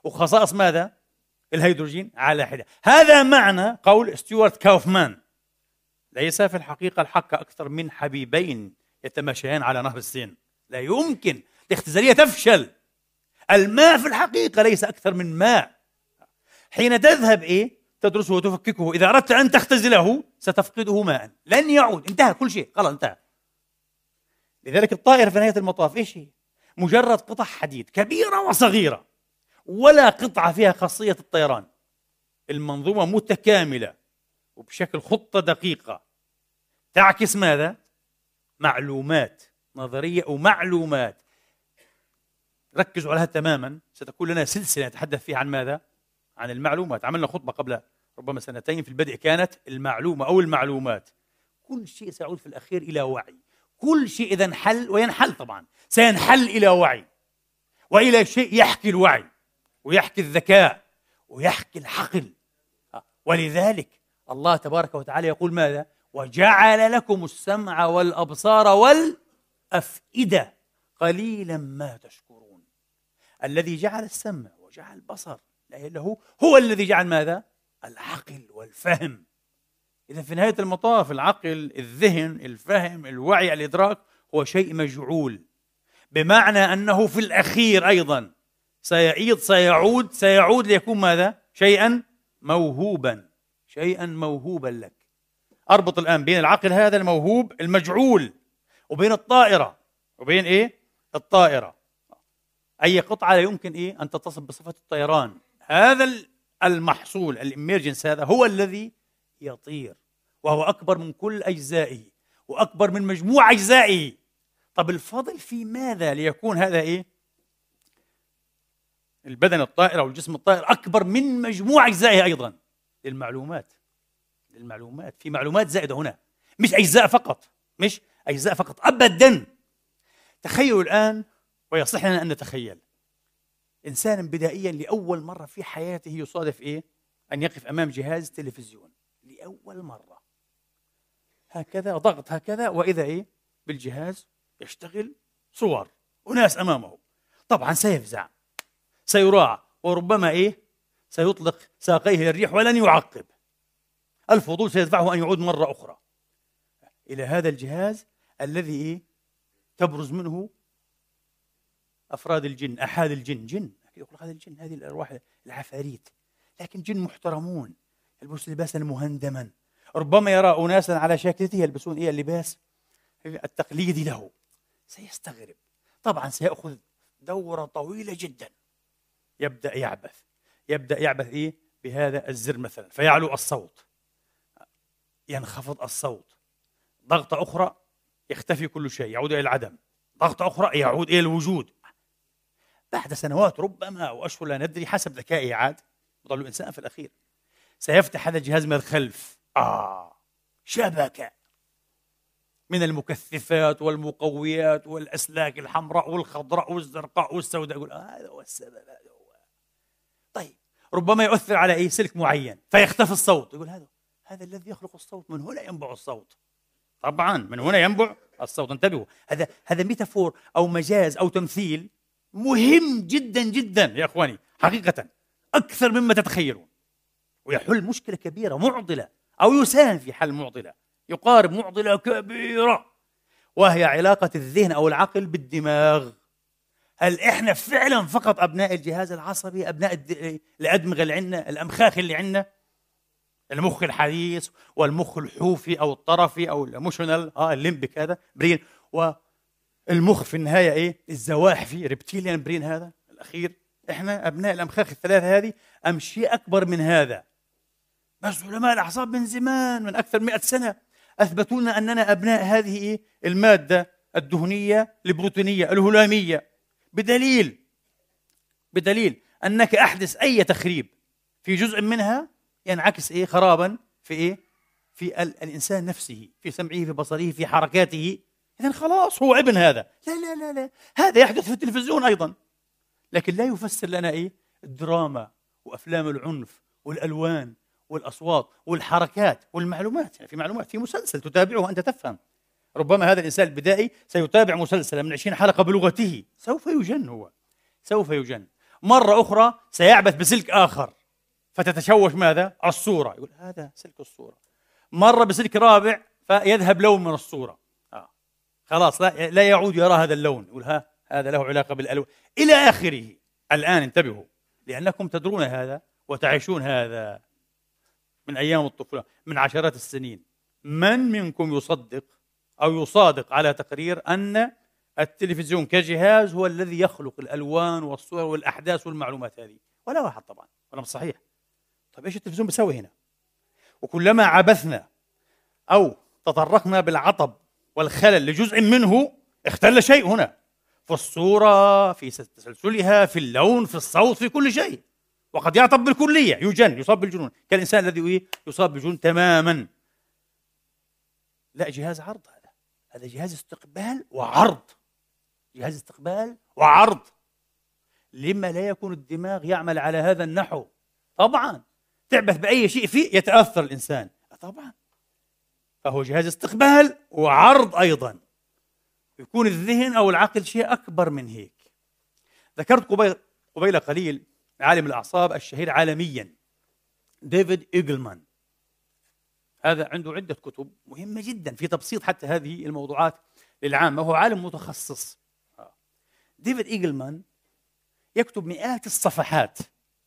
Speaker 1: وخصائص ماذا؟ الهيدروجين على حدة. هذا معنى قول ستيوارت كاوفمان: ليس في الحقيقة الحق أكثر من حبيبين يتماشيان على نهر السين. لا يمكن، الاختزالية تفشل. الماء في الحقيقة ليس أكثر من ماء. حين تذهب تدرسه وتفككه، إذا أردت أن تختزله ستفقده ماء، لن يعود، انتهى كل شيء، خلاص انتهى. لذلك الطائرة في نهاية المطاف إيش هي؟ مجرد قطع حديد كبيرة وصغيرة، ولا قطعة فيها خاصية الطيران. المنظومة متكاملة وبشكل خطة دقيقة تعكس ماذا؟ معلومات نظرية ومعلومات. ركزوا عليها تماما، ستكون لنا سلسلة نتحدث فيها عن ماذا؟ عن المعلومات. عملنا خطبة قبل ربما سنتين في البدء كانت المعلومة أو المعلومات. كل شيء سيعود في الأخير إلى وعي. كل شيء إذا انحل، وينحل طبعا، سينحل إلى وعي، وإلى شيء يحكي الوعي ويحكي الذكاء ويحكي العقل. ولذلك الله تبارك وتعالى يقول ماذا؟ وجعل لكم السمع والأبصار والأفئدة قليلا ما تشكرون. الذي جعل السمع وجعل البصر له هو الذي جعل ماذا؟ العقل والفهم. إذا في نهاية المطاف العقل، الذهن، الفهم، الوعي، الإدراك هو شيء مجعول، بمعنى أنه في الأخير أيضا سيعود ليكون ماذا؟ شيئا موهوبا، شيئا موهوبا لك. أربط الآن بين العقل هذا الموهوب المجعول وبين الطائرة، وبين الطائرة. أي قطعة لا يمكن أن تتصف بصفة الطيران. هذا المحصول الإميرجنس هذا هو الذي يطير، وهو أكبر من كل أجزائه وأكبر من مجموع أجزائه. طب الفضل في ماذا ليكون هذا البدن الطائر أو الجسم الطائر أكبر من مجموع أجزائه أيضا؟ للمعلومات. في معلومات زائدة هنا، مش أجزاء فقط أبدا. تخيلوا الآن، ويصح لنا أن نتخيل إنسانا بدائيا لأول مرة في حياته يصادف أن يقف أمام جهاز تلفزيون لأول مرة، هكذا ضغط هكذا، وإذا بالجهاز يشتغل صور وناس أمامه. طبعا سيفزع، سيراع، وربما سيطلق ساقيه للريح ولن يعقب. الفضول سيدفعه أن يعود مرة أخرى إلى هذا الجهاز الذي تبرز منه أفراد الجن، أحد الجن، جن يقول هذا الجن، هذه الأرواح العفاريت، لكن جن محترمون يلبسون لباسا مهندما. ربما يرى أناسا على شاكلته يلبسون اللباس التقليدي له، سيستغرب. طبعا سيأخذ دورة طويلة جدا، يبدأ يعبث بهذا الزر مثلا، فيعلو الصوت، ينخفض الصوت، ضغطة أخرى يختفي كل شيء، يعود إلى العدم، ضغطة أخرى يعود إلى الوجود. بعد سنوات ربما أو أشهر لا ندري، حسب ذكائه عاد يظل الإنسان في الأخير، سيفتح هذا الجهاز من الخلف شبكة من المكثفات والمقويات والأسلاك الحمراء والخضراء والزرقاء والسوداء. يقول هذا هو السبب، هذا هو. طيب ربما يؤثر على سلك معين فيختفي الصوت، يقول هذا الذي يخلق الصوت، من هنا ينبع الصوت. طبعا من هنا ينبع الصوت. انتبهوا، هذا ميتافور أو مجاز أو تمثيل مهم جدا جدا يا أخواني، حقيقة أكثر مما تتخيلون، ويحل مشكلة كبيرة معضلة، أو يساهم في حل معضلة، يقارب معضلة كبيرة، وهي علاقة الذهن أو العقل بالدماغ. هل إحنا فعلا فقط أبناء الجهاز العصبي، أبناء الأدمغة اللي عندنا، الأمخاخ اللي عندنا، المخ الحديث والمخ الحوفي أو الطرفي أو الإيموشنال الليمبيك هذا برين، والمخ في النهاية الزواحفي ريبتيليان برين هذا الأخير. إحنا أبناء الأمخاخ الثلاثة هذه أم شيء أكبر من هذا؟ بس علماء الأعصاب من زمان، من أكثر 100 سنة أثبتوا لنا أننا أبناء هذه المادة الدهنية البروتينية الهلامية، بدليل أنك أحدث أي تخريب في جزء منها ينعكس خرابا في الإنسان نفسه، في سمعه، في بصره، في حركاته. إذن خلاص هو ابن هذا. لا لا لا لا، هذا يحدث في التلفزيون أيضا، لكن لا يفسر لنا الدراما وأفلام العنف والألوان والأصوات والحركات والمعلومات. يعني في معلومات في مسلسل تتابعه أنت تفهم. ربما هذا الإنسان البدائي سيتابع مسلسل من 20 حلقة بلغته، سوف يجن، مرة أخرى سيعبث بسلك آخر فتتشوش ماذا؟ الصورة، يقول هذا سلك الصورة. مرة بسلك رابع فيذهب لون من الصورة، خلاص لا يعود يرى هذا اللون، يقول هذا له علاقة بالألوان إلى آخره. الآن انتبهوا، لأنكم تدرون هذا وتعيشون هذا من أيام الطفولة، من عشرات السنين. من منكم يصدق أو يصادق على تقرير أن التلفزيون كجهاز هو الذي يخلق الألوان والصور والأحداث والمعلومات هذه؟ ولا واحد طبعا، ولا مش صحيح. طيب إيش التلفزيون بيسوي هنا؟ وكلما عبثنا أو تطرقنا بالعطب والخلل لجزء منه اختل شيء هنا، في الصورة، في تسلسلها، في اللون، في الصوت، في كل شيء. وقد يعطب بالكلية، يصاب بالجنون، كالإنسان الذي يصاب بالجنون تماما. لا، جهاز عرض، هذا جهاز استقبال وعرض، جهاز استقبال وعرض. لما لا يكون الدماغ يعمل على هذا النحو؟ طبعا تعبث بأي شيء فيه يتأثر الإنسان، طبعا. فهو جهاز استقبال وعرض أيضا. يكون الذهن أو العقل شيء أكبر من هيك. ذكرت قبيل قليل عالم الأعصاب الشهير عالميا ديفيد إيجلمان. هذا عنده عدة كتب مهمة جدا في تبسيط حتى هذه الموضوعات للعامة، وهو عالم متخصص. ديفيد إيجلمان يكتب مئات الصفحات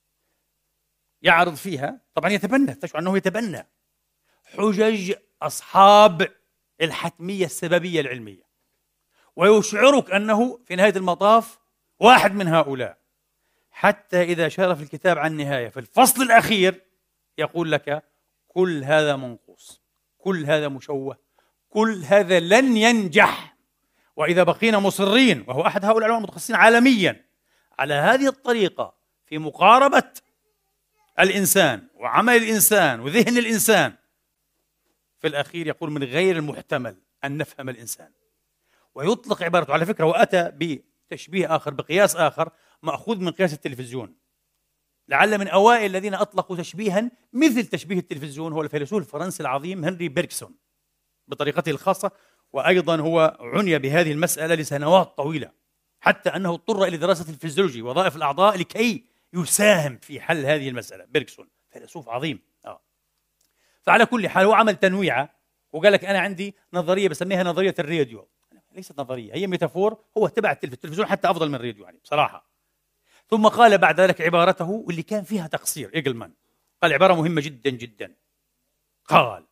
Speaker 1: يعرض فيها، طبعا يتبنى، تشعر أنه يتبنى حجج أصحاب الحتمية السببية العلمية، ويشعرك أنه في نهاية المطاف واحد من هؤلاء، حتى إذا شار في الكتاب عن النهاية في الفصل الأخير يقول لك كل هذا منقوص، كل هذا مشوه، كل هذا لن ينجح. وإذا بقينا مصرين، وهو أحد هؤلاء العلماء المتخصصين عالميا على هذه الطريقة في مقاربة الإنسان وعمل الإنسان وذهن الإنسان، في الأخير يقول من غير المحتمل أن نفهم الإنسان. ويطلق عبارته، على فكرة، وأتى بتشبيه آخر، بقياس آخر مأخوذ من قياس التلفزيون. لعل من أوائل الذين أطلقوا تشبيها مثل تشبيه التلفزيون هو الفيلسوف الفرنسي العظيم هنري بيركسون بطريقته الخاصة، وأيضا هو عني بهذه المسألة لسنوات طويلة، حتى أنه اضطر إلى دراسة الفيزيولوجي وظائف الأعضاء لكي يساهم في حل هذه المسألة. بيركسون فيلسوف عظيم. فعلى كل حال هو عمل تنويعة وقال لك أنا عندي نظرية بسميها نظرية الراديو. ليست نظرية، هي ميتافور، هو تبع التلفزيون حتى أفضل من الراديو يعني بصراحة. ثم قال بعد ذلك عبارته واللي كان فيها تقصير إيجلمان، قال عبارة مهمة جدا جدا، قال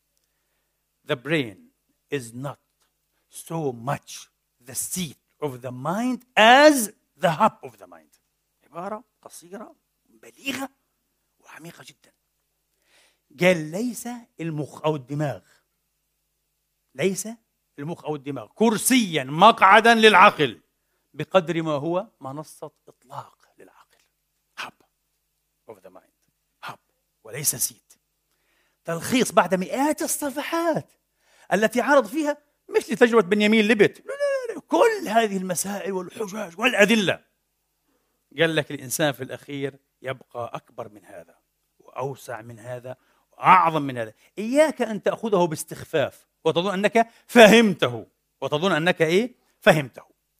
Speaker 1: The brain is not so much the seat of the mind as the hub of the mind. عبارة قصيرة بليغة وعميقة جدا. قال ليس المخ أو الدماغ، ليس المخ أو الدماغ كرسيا مقعدا للعقل بقدر ما هو منصة إطلاق للعقل. hub of the mind، hub وليس سيت. تلخيص بعد مئات الصفحات التي عرض فيها مثل تجربة بنيامين ليبت كل هذه المسائل والحجج والأدلة. قال لك الإنسان في الأخير يبقى أكبر من هذا وأوسع من هذا وأعظم من هذا. إياك أن تأخذه باستخفاف وتظن أنك فهمته، وتظن أنك فهمته.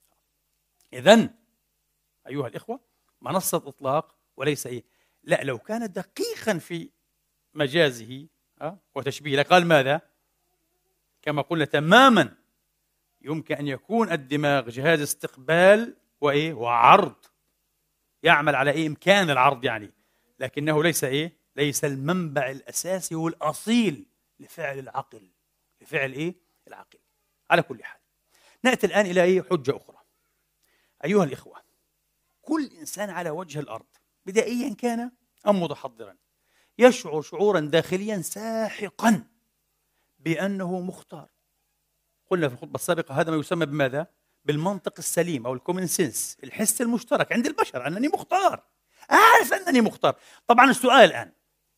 Speaker 1: إذن أيها الإخوة، منصة إطلاق وليس لا، لو كان دقيقا في مجازه وتشبيه لقال ماذا؟ كما قلنا تماما، يمكن أن يكون الدماغ جهاز استقبال وعرض، يعمل على إمكان العرض يعني، لكنه ليس المنبع الأساسي والأصيل لفعل العقل، لفعل العقل. على كل حال نأتي الآن إلى حجة أخرى. أيها الإخوة، كل إنسان على وجه الأرض بدائيا كان أم متحضرا يشعر شعورا داخليا ساحقا بأنه مختار. قلنا في الخطبة السابقة هذا ما يسمى بماذا؟ بالمنطق السليم أو الكومن سنس، الحس المشترك عند البشر أنني مختار، أعرف أنني مختار. طبعا السؤال الآن،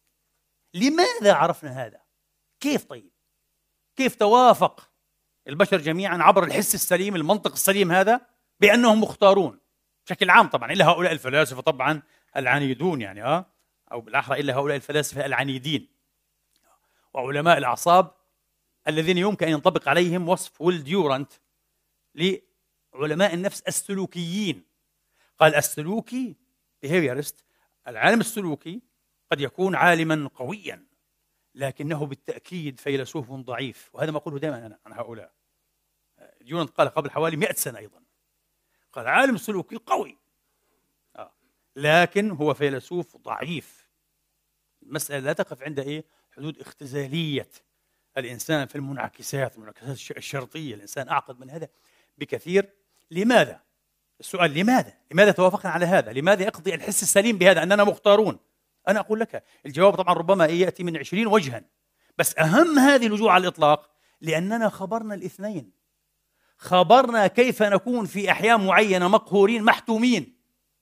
Speaker 1: لماذا عرفنا هذا؟ كيف طيب؟ كيف توافق البشر جميعا عبر الحس السليم المنطق السليم هذا بأنهم مختارون بشكل عام؟ طبعا إلا هؤلاء الفلاسفة طبعا العنيدون يعني أو بالأحرى إلا هؤلاء الفلاسفة العنيدين وعلماء الأعصاب الذين يمكن أن ينطبق عليهم وصف ويل ديورانت لعلماء النفس السلوكيين. قال السلوكي behaviorist، العالم السلوكي قد يكون عالما قويا لكنه بالتأكيد فيلسوف ضعيف، وهذا ما أقوله دائما أنا عن هؤلاء. ديورانت قال قبل حوالي 100 سنة أيضا، قال عالم السلوكي قوي لكن هو فيلسوف ضعيف. المسألة لا تقف عند حدود اختزالية الإنسان في المنعكسات الشرطية، الإنسان أعقد من هذا بكثير. لماذا؟ السؤال لماذا توافقنا على هذا؟ لماذا يقضي الحس السليم بهذا أننا مختارون؟ أنا أقول لك الجواب طبعا ربما يأتي من 20 وجها، بس أهم هذه الوجوه على الإطلاق لأننا خبرنا الاثنين، خبرنا كيف نكون في أحيان معينة مقهورين محتومين،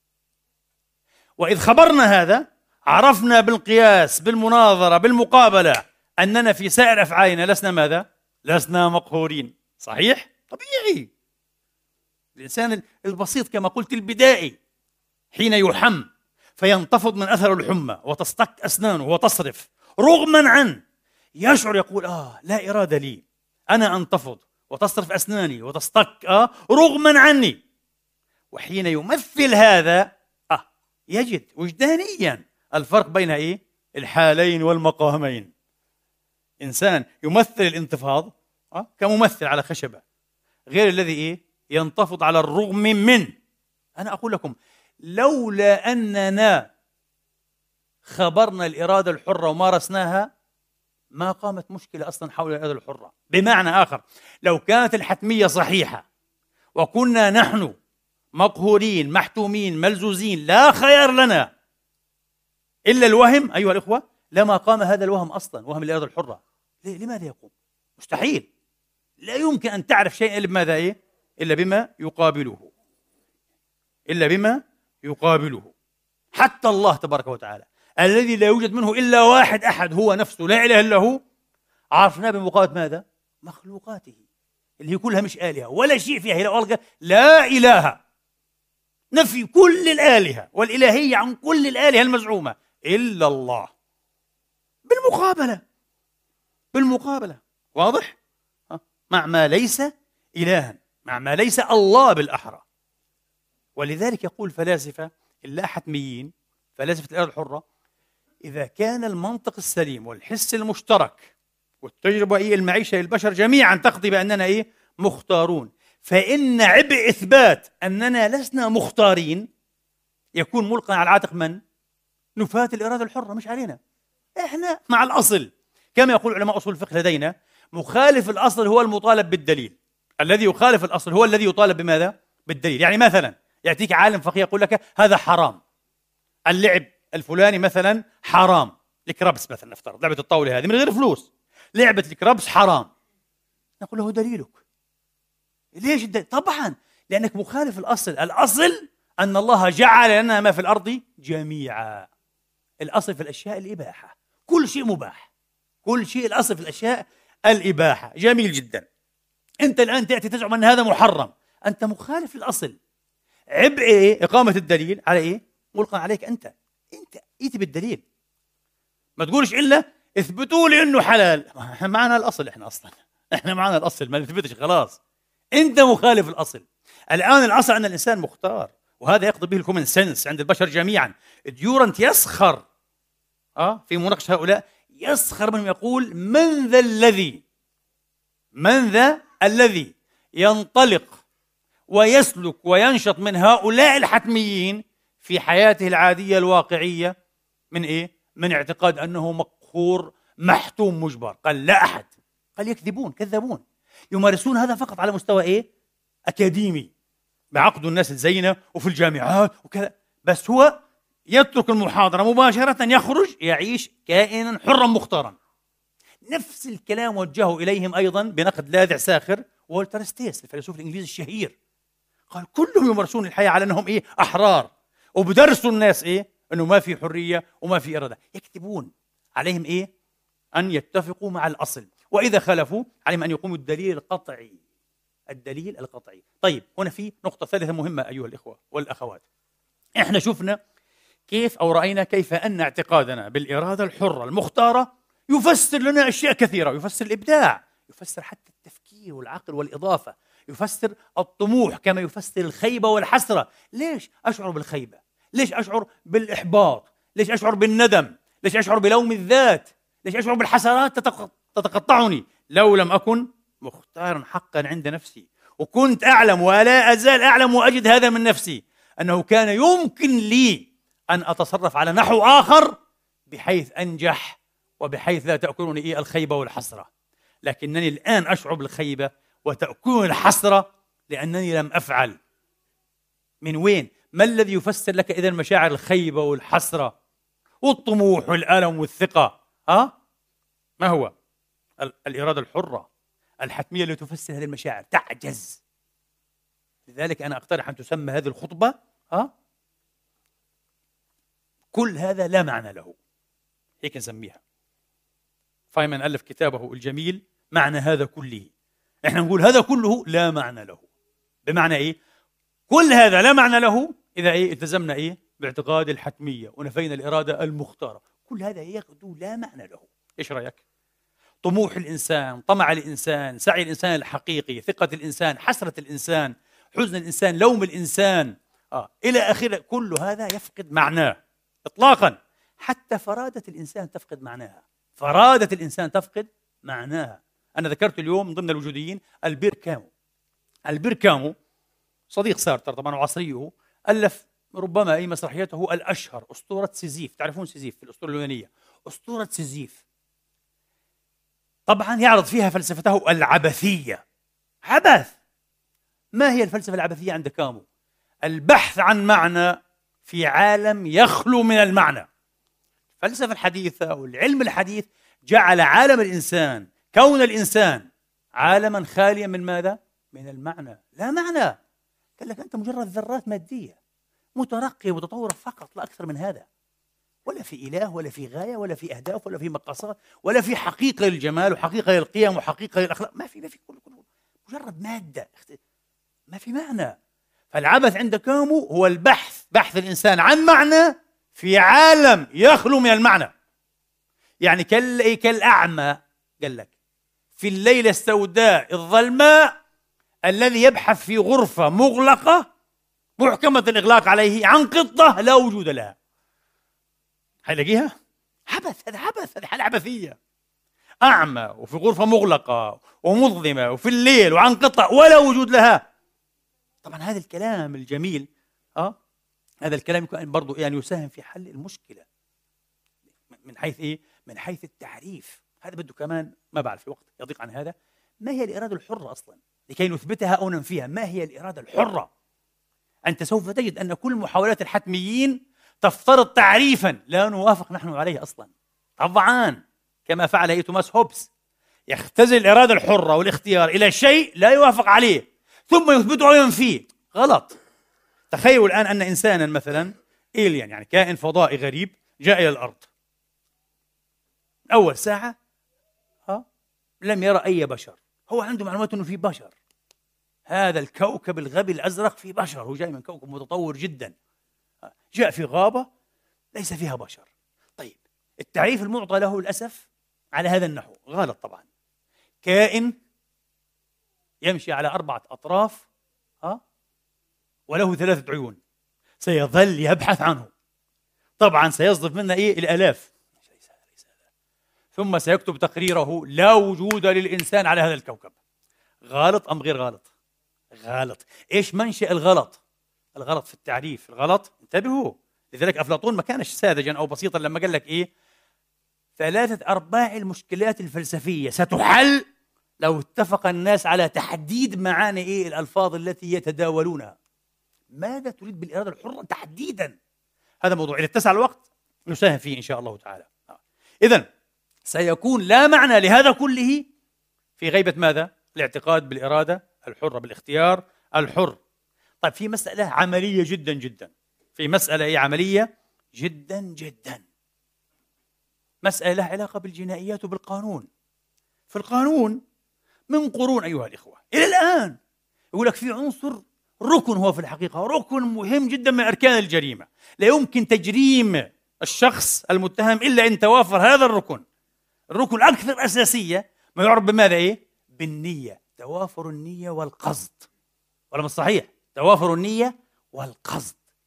Speaker 1: وإذ خبرنا هذا عرفنا بالقياس بالمناظرة بالمقابلة أننا في سائر أفعالنا لسنا ماذا؟ لسنا مقهورين. صحيح؟ طبيعي. الإنسان البسيط كما قلت البدائي حين يحم فينتفض من أثر الحمى وتصطك أسنانه وتصرف رغما عنه، يشعر يقول لا إرادة لي، أنا أنتفض وتصرف أسناني وتصطك رغما عني. وحين يمثل هذا يجد وجدانيا الفرق بين الحالين والمقامين. إنسان يمثل الانتفاض كممثل على خشبة، غير الذي ينتفض على الرغم من. أنا أقول لكم لولا أننا خبرنا الإرادة الحرة ومارسناها ما قامت مشكلة أصلا حول الإرادة الحرة. بمعنى آخر، لو كانت الحتمية صحيحة وكنا نحن مقهورين محتومين ملزوزين لا خيار لنا إلا الوهم أيها الإخوة، لما قام هذا الوهم أصلا، وهم الإرادة الحرة. لماذا يقوم؟ مستحيل. لا يمكن أن تعرف شيئا إلا بماذا؟ إلا بما يقابله، إلا بما يقابله. حتى الله تبارك وتعالى الذي لا يوجد منه إلا واحد أحد هو نفسه لا إله إلا هو، عرفناه بمقابلة ماذا؟ مخلوقاته اللي هي كلها مش آلهة ولا شيء فيها، لو ألغى لا إله، نفي كل الآلهة والإلهية عن كل الآلهة المزعومة إلا الله. بالمقابلة واضح؟ مع ما ليس إلها، مع ما ليس الله بالأحرى. ولذلك يقول فلاسفة اللا حتميين، فلاسفة الإرادة الحرة، إذا كان المنطق السليم والحس المشترك والتجربة المعيشة للبشر جميعا تقضي بأننا مختارون، فإن عبء إثبات أننا لسنا مختارين يكون ملقا على عاتق من؟ نفاة الإرادة الحرة، مش علينا. إحنا مع الأصل، كما يقول علماء أصول الفقه لدينا، مخالف الأصل هو المطالب بالدليل، الذي يخالف الأصل هو الذي يطالب بماذا؟ بالدليل. يعني مثلا يأتيك عالم فقيه يقول لك هذا حرام، اللعب الفلاني مثلا حرام، الكربس مثلا نفترض لعبة الطاولة هذه من غير فلوس، لعبة الكربس حرام، نقول له دليلك. ليش الدليل؟ طبعا لأنك مخالف الأصل. الأصل أن الله جعل لنا ما في الأرض جميعا. الأصل في الأشياء الإباحة، كل شيء مباح، كل شيء الأصل في الأشياء الإباحة. جميل جدا. أنت الآن تأتي تزعم أن هذا محرم، أنت مخالف الأصل. عبء إقامة الدليل على ملقى عليك أنت إيتي بالدليل، ما تقولش إلا اثبتوا لي إنه حلال. إحنا معنا الأصل، إحنا معنا الأصل، ما نثبتش خلاص. أنت مخالف الأصل. الآن الأصل أن الإنسان مختار، وهذا يقضي به الكومن سنس عند البشر جميعا. ديورانت يسخر في مناقشة هؤلاء، يسخر منهم، يقول من ذا الذي ينطلق ويسلك وينشط من هؤلاء الحتميين في حياته العادية الواقعية من من اعتقاد أنه مقهور محتوم مجبر. قال لا أحد. قال يكذبون، كذابون، يمارسون هذا فقط على مستوى أكاديمي، بعقد الناس الزينة وفي الجامعات وكذا، بس هو يترك المحاضرة مباشرة، يخرج يعيش كائنا حرا مختارا. نفس الكلام وجهه إليهم أيضا بنقد لاذع ساخر والتر ستيس الفيلسوف الإنجليزي الشهير. قال كلهم يمارسون الحياة على أنهم أحرار، وبدرسوا الناس أنه ما في حرية وما في إرادة. يكتبون عليهم أن يتفقوا مع الأصل، وإذا خالفوا عليهم أن يقوموا الدليل القطعي. طيب هنا في نقطة ثالثة مهمة أيها الإخوة والأخوات. إحنا شفنا كيف أو رأينا كيف أن اعتقادنا بالإرادة الحرة المختارة يفسر لنا أشياء كثيرة، يفسر الإبداع، يفسر حتى التفكير والعقل والإضافة، يفسر الطموح، كما يفسر الخيبة والحسرة. ليش أشعر بالخيبة؟ ليش أشعر بالإحباط؟ ليش أشعر بالندم؟ ليش أشعر بلوم الذات؟ ليش أشعر بالحسرات تتقطعني لو لم أكن مختارا حقا عند نفسي؟ وكنت أعلم ولا أزال أعلم وأجد هذا من نفسي، أنه كان يمكن لي أن أتصرف على نحو آخر بحيث أنجح وبحيث لا تأكلني الخيبة والحسرة. لكنني الآن أشعر بالخيبة وتأكلني الحسرة لأنني لم أفعل. من وين؟ ما الذي يفسر لك إذن مشاعر الخيبة والحسرة والطموح والألم والثقة؟ ما هو؟ الإرادة الحرة الحتمية التي تفسر هذه المشاعر تعجز. لذلك أنا أقترح أن تسمى هذه الخطبة كل هذا لا معنى له، هيك نسميها. فايمن ألف كتابه الجميل معنى هذا كله. إحنا نقول هذا كله لا معنى له. بمعنى إيه؟ كل هذا لا معنى له إذا التزمنا باعتقاد الحتمية ونفينا الإرادة المختارة. كل هذا يغدو لا معنى له. إيش رأيك؟ طموح الإنسان، طمع الإنسان، سعي الإنسان الحقيقي، ثقة الإنسان، حسرة الإنسان، حزن الإنسان، لوم الإنسان، إلى آخره، كل هذا يفقد معناه إطلاقا. حتى فرادة الإنسان تفقد معناها. فرادة الإنسان تفقد معناها. أنا ذكرت اليوم من ضمن الوجوديين ألبير كامو. ألبير كامو صديق سارتر طبعا وعصريه، ألف ربما مسرحيته الأشهر أسطورة سيزيف. تعرفون سيزيف في الأسطورة اليونانية؟ أسطورة سيزيف طبعا يعرض فيها فلسفته العبثية. عبث. ما هي الفلسفة العبثية عند كامو؟ البحث عن معنى في عالم يخلو من المعنى. الفلسفة الحديثة والعلم الحديث جعل عالم الإنسان، كون الإنسان، عالما خاليا من ماذا؟ من المعنى. لا معنى. قال لك أنت مجرد ذرات مادية مترقية ومتطورة فقط، لا أكثر من هذا. ولا في إله ولا في غاية ولا في أهداف ولا في مقاصد ولا في حقيقة للجمال وحقيقة للقيم وحقيقة للأخلاق. ما في كل مجرد مادة، ما في معنى. فالعبث عند كامو هو بحث الإنسان عن معنى في عالم يخلو من المعنى. يعني كالأعمى قال لك في الليلة السوداء الظلماء الذي يبحث في غرفة مغلقة محكمة الإغلاق عليه عن قطة لا وجود لها. هيلاقيها؟ عبث. هذا عبث. هذه حالة عبثية. أعمى وفي غرفة مغلقة ومظلمة وفي الليل وعن قطة ولا وجود لها. طبعا هذا الكلام الجميل هذا الكلام يمكن برضو يساهم في حل المشكلة من حيث من حيث التعريف. هذا بده كمان، ما بعرف في وقت يضيق عن هذا. ما هي الإرادة الحرة أصلا لكي نثبتها أو ننفيها؟ ما هي الإرادة الحرة؟ أنت سوف تجد أن كل محاولات الحتميين تفترض تعريفا لا نوافق نحن عليه أصلا. طبعا كما فعل توماس هوبس، يختزل الإرادة الحرة والاختيار إلى شيء لا يوافق عليه ثم يثبته وينفيه. غلط. تخيلوا الآن أن إنسانا مثلا إيليان، يعني كائن فضائي غريب، جاء إلى الأرض. أول ساعة لم يرى أي بشر. هو عنده معلومات أنه في بشر. هذا الكوكب الغبي الأزرق في بشر، هو جاي من كوكب متطور جدا. جاء في غابة ليس فيها بشر. طيب التعريف المعطى له للأسف على هذا النحو غلط طبعا. كائن يمشي على 4 أطراف وله 3 عيون، سيظل يبحث عنه. طبعا سيصدف منا الآلاف. ليس هذا. ثم سيكتب تقريره لا وجود للإنسان على هذا الكوكب. غلط أم غير غلط؟ غلط. إيش منشأ الغلط؟ الغلط في التعريف. الغلط، انتبهوا، لذلك أفلاطون ما كانش ساذجا أو بسيطا لما قال لك 3/4 المشكلات الفلسفية ستحل لو اتفق الناس على تحديد معاني الألفاظ التي يتداولونها. ماذا تريد بالإرادة الحرة تحديدا؟ هذا موضوع إذا اتسع الوقت نساهم فيه إن شاء الله تعالى. إذن سيكون لا معنى لهذا كله في غيبة ماذا؟ الاعتقاد بالإرادة الحرة، بالاختيار الحر. طيب في مسألة عملية جدا جدا، في مسألة عملية جدا جدا، مسألة لها علاقة بالجنائيات وبالقانون. في القانون من قرون أيها الإخوة إلى الآن يقول لك في عنصر ركن، هو في الحقيقة ركن مهم جدا من أركان الجريمة. لا يمكن تجريم الشخص المتهم إلا أن توافر هذا الركن. الركن الأكثر أساسية ما يعرف بماذا؟ بالنية. توافر النية والقصد، ولا مش صحيح؟ توافر النية والقصد.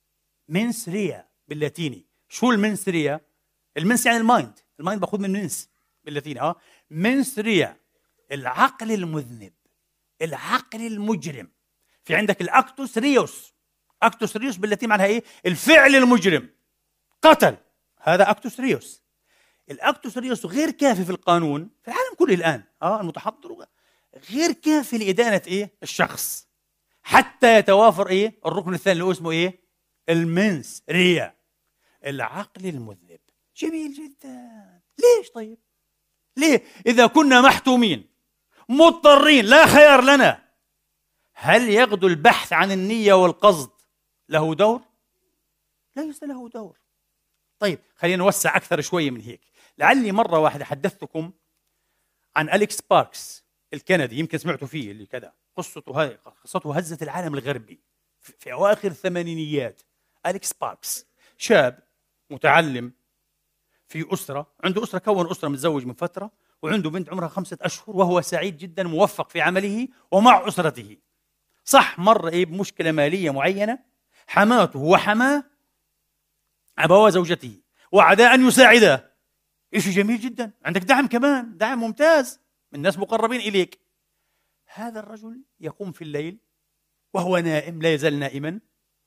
Speaker 1: منس ريا باللاتيني. شو المنس ريا؟ المنس يعني المايند باخذ من منس باللاتيني. منس ريا، العقل المذنب، العقل المجرم. في عندك الاكتوس ريوس. اكتوس ريوس باللاتيني معناها ايه؟ الفعل المجرم، قتل، هذا اكتوس ريوس. الاكتوس ريوس غير كافي في القانون في العالم كله الان، المتحضر غير كافي لادانه ايه؟ الشخص، حتى يتوافر ايه؟ الركن الثاني اللي هو اسمه ايه؟ المنس ريا، العقل المذنب. جميل جدا. ليش طيب؟ ليه؟ اذا كنا محتومين مضطرين لا خيار لنا، هل يغدو البحث عن النية والقصد له دور؟ ليس له دور. طيب خلينا نوسع أكثر شوية من هيك. لعلي مرة واحدة حدثتكم عن أليكس باركس الكندي، يمكن سمعتوا فيه، اللي كذا قصته هزت العالم الغربي في أواخر الثمانينيات. أليكس باركس شاب متعلم في أسرة، عنده أسرة، كون أسرة، متزوج من فترة، وعنده بنت عمرها 5 أشهر، وهو سعيد جدا، موفق في عمله ومع أسرته. صح، مر بمشكلة مالية معينة، حماته وحماه أبوا زوجته وعدا أن يساعده. إشي جميل جدا، عندك دعم كمان، دعم ممتاز من ناس مقربين إليك. هذا الرجل يقوم في الليل وهو نائم، لا يزال نائما،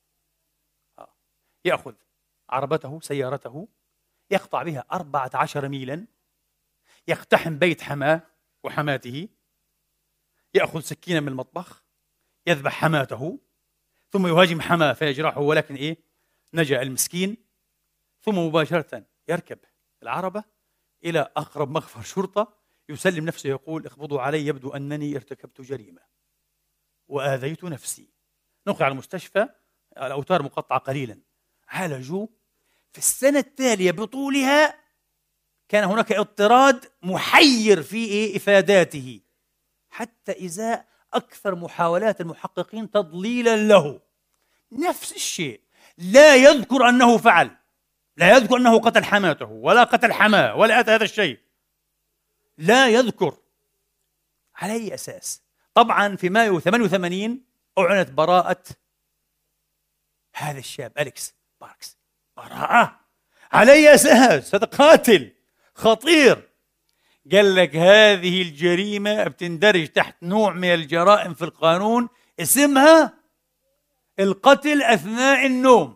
Speaker 1: يأخذ عربته سيارته، يقطع بها 14 ميلا، يقتحم بيت حماه وحماته، يأخذ سكينة من المطبخ، يذبح حماته، ثم يهاجم حماه فيجرحه، ولكن نجا المسكين. ثم مباشرة يركب العربة إلى أقرب مخفر شرطة، يسلم نفسه، يقول: اقبضوا علي، يبدو أنني ارتكبت جريمة وآذيت نفسي. نقل على المستشفى، الأوتار مقطعة قليلا، عالجوه. في السنة التالية بطولها كان هناك اضطراد محير في إفاداته، حتى إزاء أكثر محاولات المحققين تضليلا له. نفس الشيء، لا يذكر أنه فعل، لا يذكر أنه قتل حماته ولا قتل حماه ولا أتى هذا الشيء، لا يذكر. على أي أساس؟ طبعا في مايو 88 أعلنت براءة هذا الشاب أليكس باركس. براءة على أي أساس؟ هذا قاتل خطير. قال لك هذه الجريمة بتندرج تحت نوع من الجرائم في القانون اسمها القتل أثناء النوم،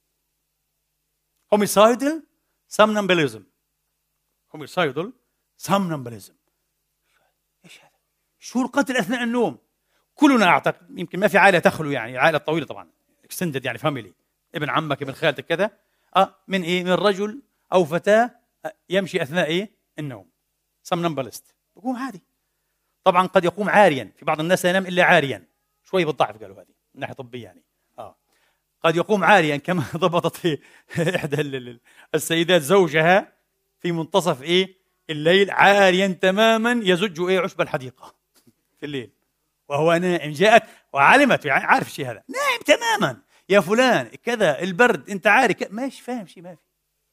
Speaker 1: homicidal somnambulism. homicidal somnambulism. ايش هذا؟ شو القتل أثناء النوم؟ كلنا أعتقد، يمكن ما في عائلة تخلو، يعني عائلة طويلة طبعا، extended يعني family، ابن عمك ابن خالتك كذا، من رجل أو فتاة يمشي أثناء النوم، somnambulist، يقوم عادي. طبعا قد يقوم عاريا، في بعض الناس لا ينام إلا عاريا، شوي بالضعف قالوا هذه من ناحية طبية يعني. قد يقوم عاريا، كما ضبطت إحدى السيدات زوجها في منتصف الليل عاريا تماما، يزج عشب الحديقة في الليل وهو نائم. جاءت وعلمت، يعني عارف الشيء هذا، نائم تماما، يا فلان كذا البرد انت عاري ماشي، فاهم شيء ما في.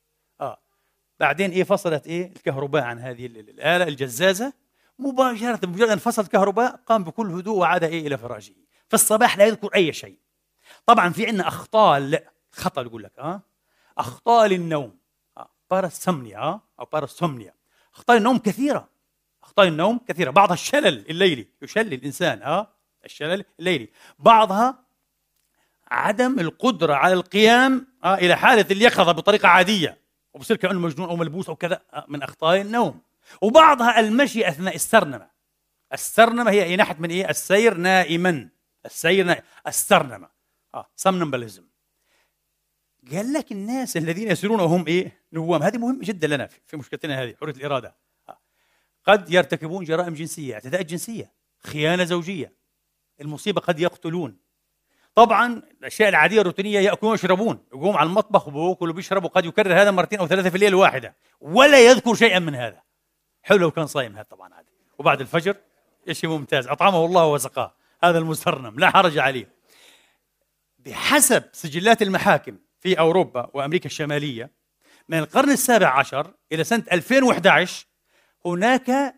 Speaker 1: بعدين فصلت الكهرباء عن هذه الآلة الجزازة، مباشرة بمجرد أن فصلت الكهرباء قام بكل هدوء وعاد إلى فراشه. في الصباح لا يذكر أي شيء. طبعا في عندنا خطأ يقول لك أخطاء للنوم، باراسومنيا أو باراسومنيا. أخطاء النوم كثيرة، بعضها الشلل الليلي، يشل الإنسان، الشلل الليلي. بعضها عدم القدرة على القيام إلى حالة اليقظة بطريقة عادية، وبصير كأنه مجنون أو ملبوس أو كذا، من أخطاء النوم. وبعضها المشي أثناء السرنمة هي نحت من السير نائما، السرنمة، somnambulism. قال لك الناس الذين يسيرون وهم نوام، هذه مهم جدا لنا في مشكلتنا هذه، حرية الإرادة. قد يرتكبون جرائم جنسية، اعتداء جنسية، خيانة زوجية، المصيبة قد يقتلون. طبعا الأشياء العادية الروتينية، يأكلون ويشربون، يقوم على المطبخ وبيأكل وبيشرب، وقد يكرر هذا 2 أو 3 في الليلة الواحدة ولا يذكر شيئا من هذا. حلو لو كان صايم هذا طبعا عادي، وبعد الفجر شيء ممتاز، أطعمه الله وسقاه، هذا المسترنم لا حرج عليه. بحسب سجلات المحاكم في أوروبا وأمريكا الشمالية من القرن ال17 إلى سنة 2011 هناك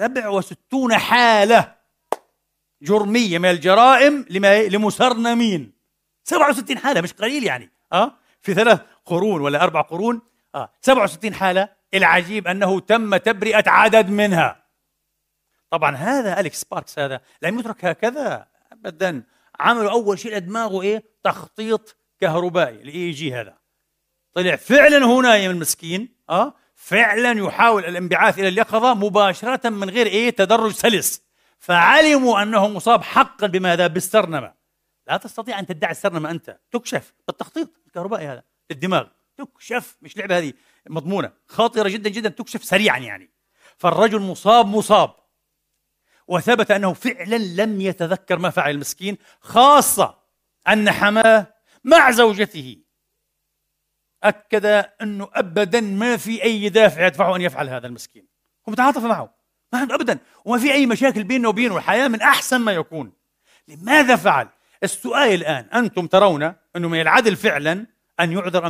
Speaker 1: 67 حالة جرمية من الجرائم لمسرنمين. 67 حالة، مش قليل يعني، في 3 قرون ولا 4 قرون 67 حالة. العجيب أنه تم تبرئة عدد منها. طبعا هذا أليكس سباركس هذا لم يترك هكذا أبدا. عملوا أول شيء لدماغه تخطيط كهربائي الEEG. هذا طلع فعلا هو نايم المسكين، فعلا يحاول الانبعاث إلى اليقظة مباشرة من غير تدرج سلس. فعلموا أنه مصاب حقا بماذا؟ بالسرنمة. لا تستطيع أن تدعي السرنمة أنت، تكشف بالتخطيط الكهربائي هذا للدماغ، تكشف، مش لعبة هذه مضمونة، خطيرة جدا جدا، تكشف سريعا يعني. فالرجل مصاب، وثبت أنه فعلا لم يتذكر ما فعل المسكين، خاصة أن حماه مع زوجته أكد أنه أبدا ما في أي دافع يدفعه أن يفعل هذا المسكين. هو متعاطف معه، ما عنده أبدا، وما في أي مشاكل بينه وبينه، الحياة من أحسن ما يكون. لماذا فعل؟ السؤال الآن، أنتم ترون أنه من العدل فعلا أن يعذر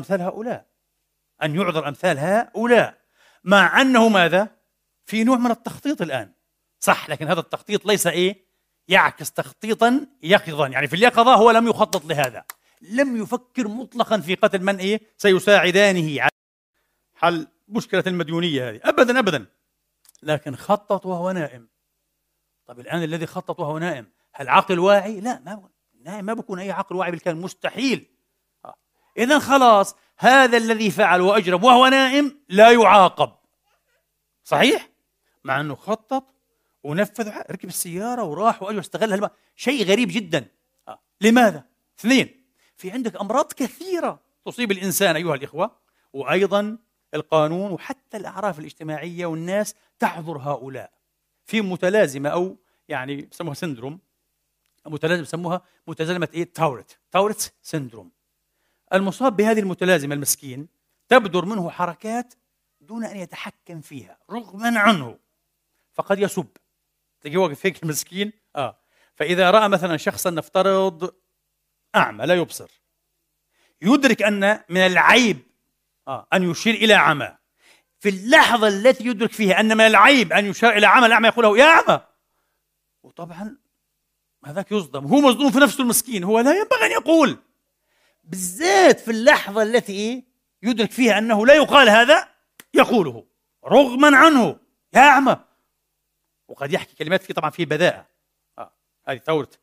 Speaker 1: أمثال هؤلاء، مع أنه ماذا؟ في نوع من التخطيط الآن، صح، لكن هذا التخطيط ليس يعكس تخطيطا يقظا، يعني في اليقظة هو لم يخطط لهذا، لم يفكر مطلقا في قتل من سيساعدانه على حل مشكلة المديونية هذه، أبدا أبدا، لكن خطط وهو نائم. طب الآن الذي خطط وهو نائم هل عقل واعي؟ لا، نائم ما بكون أي عقل واعي بالكامل، مستحيل. إذن خلاص، هذا الذي فعل وأجرم وهو نائم لا يعاقب، صحيح؟ مع أنه خطط ونفذ، ركب السيارة وراح وأجر، استغل شيء غريب جدا. لماذا؟ 2، في عندك أمراض كثيرة تصيب الإنسان أيها الإخوة، وأيضا القانون وحتى الأعراف الاجتماعية والناس تحضر هؤلاء في متلازمة، أو يعني بسموها سندروم، متلازمة بسموها متلازمة تاورت سندروم. المصاب بهذه المتلازمة المسكين تبدر منه حركات دون أن يتحكم فيها رغما عنه، فقد يسب، تلاقيه واقف هيك المسكين فإذا رأى مثلا شخصا نفترض أعمى لا يبصر، يدرك أن من العيب أن يشير إلى عمى، في اللحظة التي يدرك فيها أن من العيب أن يشير إلى عمى الأعمى يقول له يا أعمى، وطبعا هذاك يصدم، هو مصدوم في نفسه المسكين، هو لا ينبغي أن يقول، بالذات في اللحظة التي يدرك فيها أنه لا يقال هذا يقوله رغما عنه، يا أعمى، وقد يحكي كلمات فيه طبعا فيه بذاءة. هذه ثورت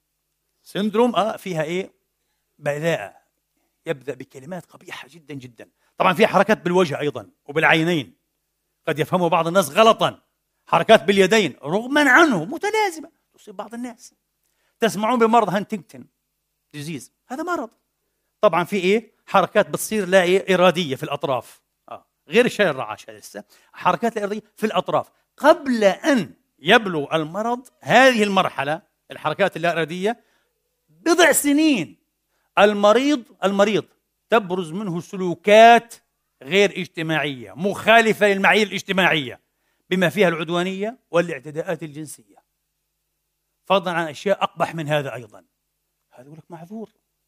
Speaker 1: سندروم فيها بذاءة، يبدأ بكلمات قبيحة جدا جدا، طبعا فيها حركات بالوجه أيضا وبالعينين، قد يفهمه بعض الناس غلطا، حركات باليدين رغما عنه متلازمة تصيب بعض الناس. تسمعون بمرض هانتينغتون ديزيز، هذا مرض طبعا في حركات بتصير لا إرادية في الأطراف، غير الشلل الرعاش، لسه حركات لا إرادية في الأطراف. قبل أن يبلغ المرض هذه المرحلة، الحركات اللا إرادية، بضع سنين المريض تبرز منه سلوكات غير اجتماعية مخالفة للمعايير الاجتماعية، بما فيها العدوانية والاعتداءات الجنسية، فضلا عن أشياء أقبح من هذا أيضا. هذا يقول لك معذور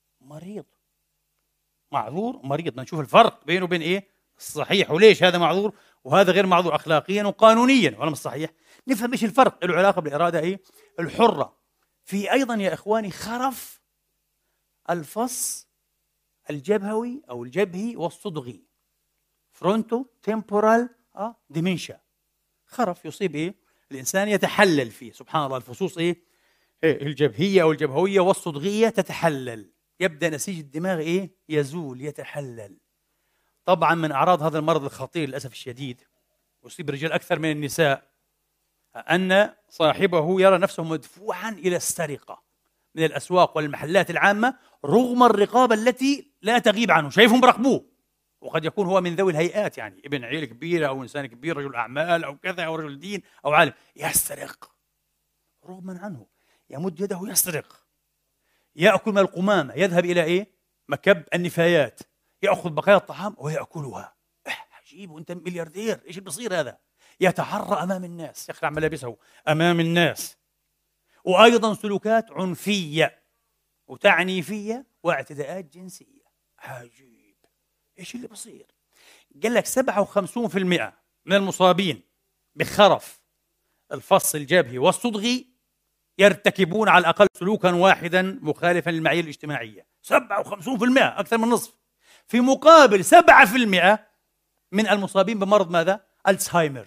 Speaker 1: مريض، بدنا نشوف الفرق بينه وبين الصحيح، وليش هذا معذور وهذا غير معذور أخلاقيا وقانونيا، ولا مش صحيح؟ نفهم ايش الفرق، له علاقة بالإرادة الحرة. في أيضا يا إخواني خرف الفص الجبهوي أو الجبهي والصدغي، فرونتو تيمبورال ديمنشا، خرف يصيب الإنسان يتحلل فيه، سبحان الله، الفصوص الجبهية أو الجبهوية والصدغية تتحلل، يبدأ نسيج الدماغ يزول، يتحلل. طبعا من أعراض هذا المرض الخطير للأسف الشديد، يصيب الرجال أكثر من النساء، أن صاحبه يرى نفسه مدفوعا إلى السرقة من الأسواق والمحلات العامة رغم الرقابة التي لا تغيب عنه، شايفهم برقبوه، وقد يكون هو من ذوي الهيئات، يعني ابن عيلة كبيرة أو إنسان كبير، رجل أعمال أو كذا أو رجل دين أو عالم، يسرق رغما عنه، يمد يده يسرق، يأكل من القمامة، يذهب إلى مكب النفايات، يأخذ بقايا الطعام ويأكلها. عجيب، وأنت ملياردير، إيش اللي بيصير هذا؟ يتحرى أمام الناس، يخلع ملابسه أمام الناس. وأيضا سلوكات عنفية وتعنيفية واعتداءات جنسية. عجيب، إيش اللي بصير؟ قال لك 57% من المصابين بخرف الفص الجبهي والصدغي يرتكبون على الأقل سلوكا واحدا مخالفا للمعايير الاجتماعية، 57%، أكثر من نصف، في مقابل 7% من المصابين بمرض ماذا؟ ألزهايمر.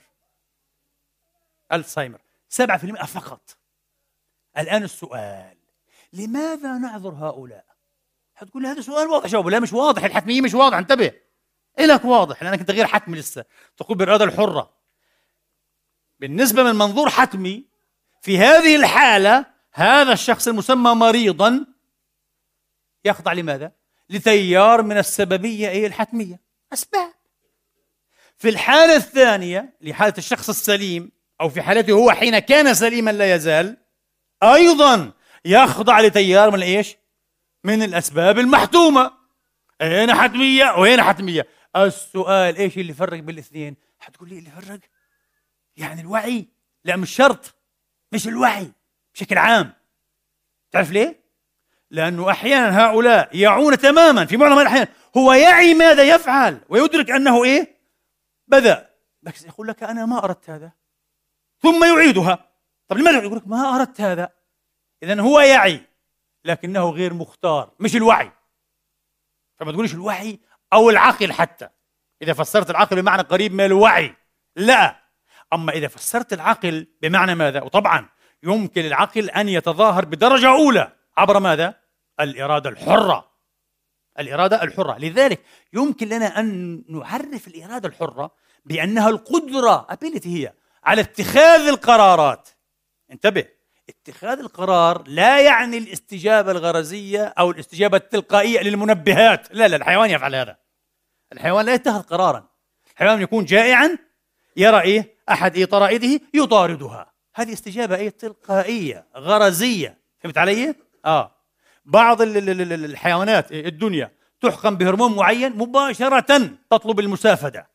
Speaker 1: 7% فقط. الآن السؤال، لماذا نعذر هؤلاء؟ حتقول لي هذا سؤال واضح جوابه. لا، مش واضح، الحتمية مش واضح، انتبه. إلك واضح لأنك أنت غير حتمي لسه، تقول بالإرادة الحرة. بالنسبة من منظور حتمي، في هذه الحالة هذا الشخص المسمى مريضا يخضع لماذا؟ لتيار من السببية الحتمية، أسباب. في الحالة الثانية لحالة الشخص السليم، أو في حالته هو حين كان سليما لا يزال، أيضا يخضع لتيار من إيش؟ من الأسباب المحتومة. هنا حتمية وهنا حتمية. السؤال إيش اللي يفرق بين الاثنين؟ حتقول لي اللي يفرق يعني الوعي؟ لا، مش شرط، مش الوعي بشكل عام. تعرف ليه؟ لأنه أحيانا هؤلاء يعون تماما، في معظم الأحيان هو يعي ماذا يفعل ويدرك أنه بدأ، بس يقول لك أنا ما أردت هذا، ثم يعيدها. طب لماذا؟ يقول لك ما أردت هذا. إذن هو يعي لكنه غير مختار، مش الوعي. فما تقوليش الوعي أو العقل، حتى إذا فسرت العقل بمعنى قريب من الوعي لا. أما إذا فسرت العقل بمعنى ماذا؟ وطبعا يمكن العقل أن يتظاهر بدرجة أولى عبر ماذا؟ الإرادة الحرة. الإرادة الحرة. لذلك يمكن لنا أن نعرف الإرادة الحرة بأنها القدرة ability هي على اتخاذ القرارات. انتبه، اتخاذ القرار لا يعني الاستجابة الغرزية أو الاستجابة التلقائية للمنبهات. لا، الحيوان يفعل هذا. الحيوان لا يتخذ قرارا. الحيوان يكون جائعا، يرى أحد طرائده يطاردها، هذه استجابة تلقائية غرزية. فهمت علي؟ بعض الحيوانات الدنيا تحقن بهرمون معين مباشرة تطلب المسافدة.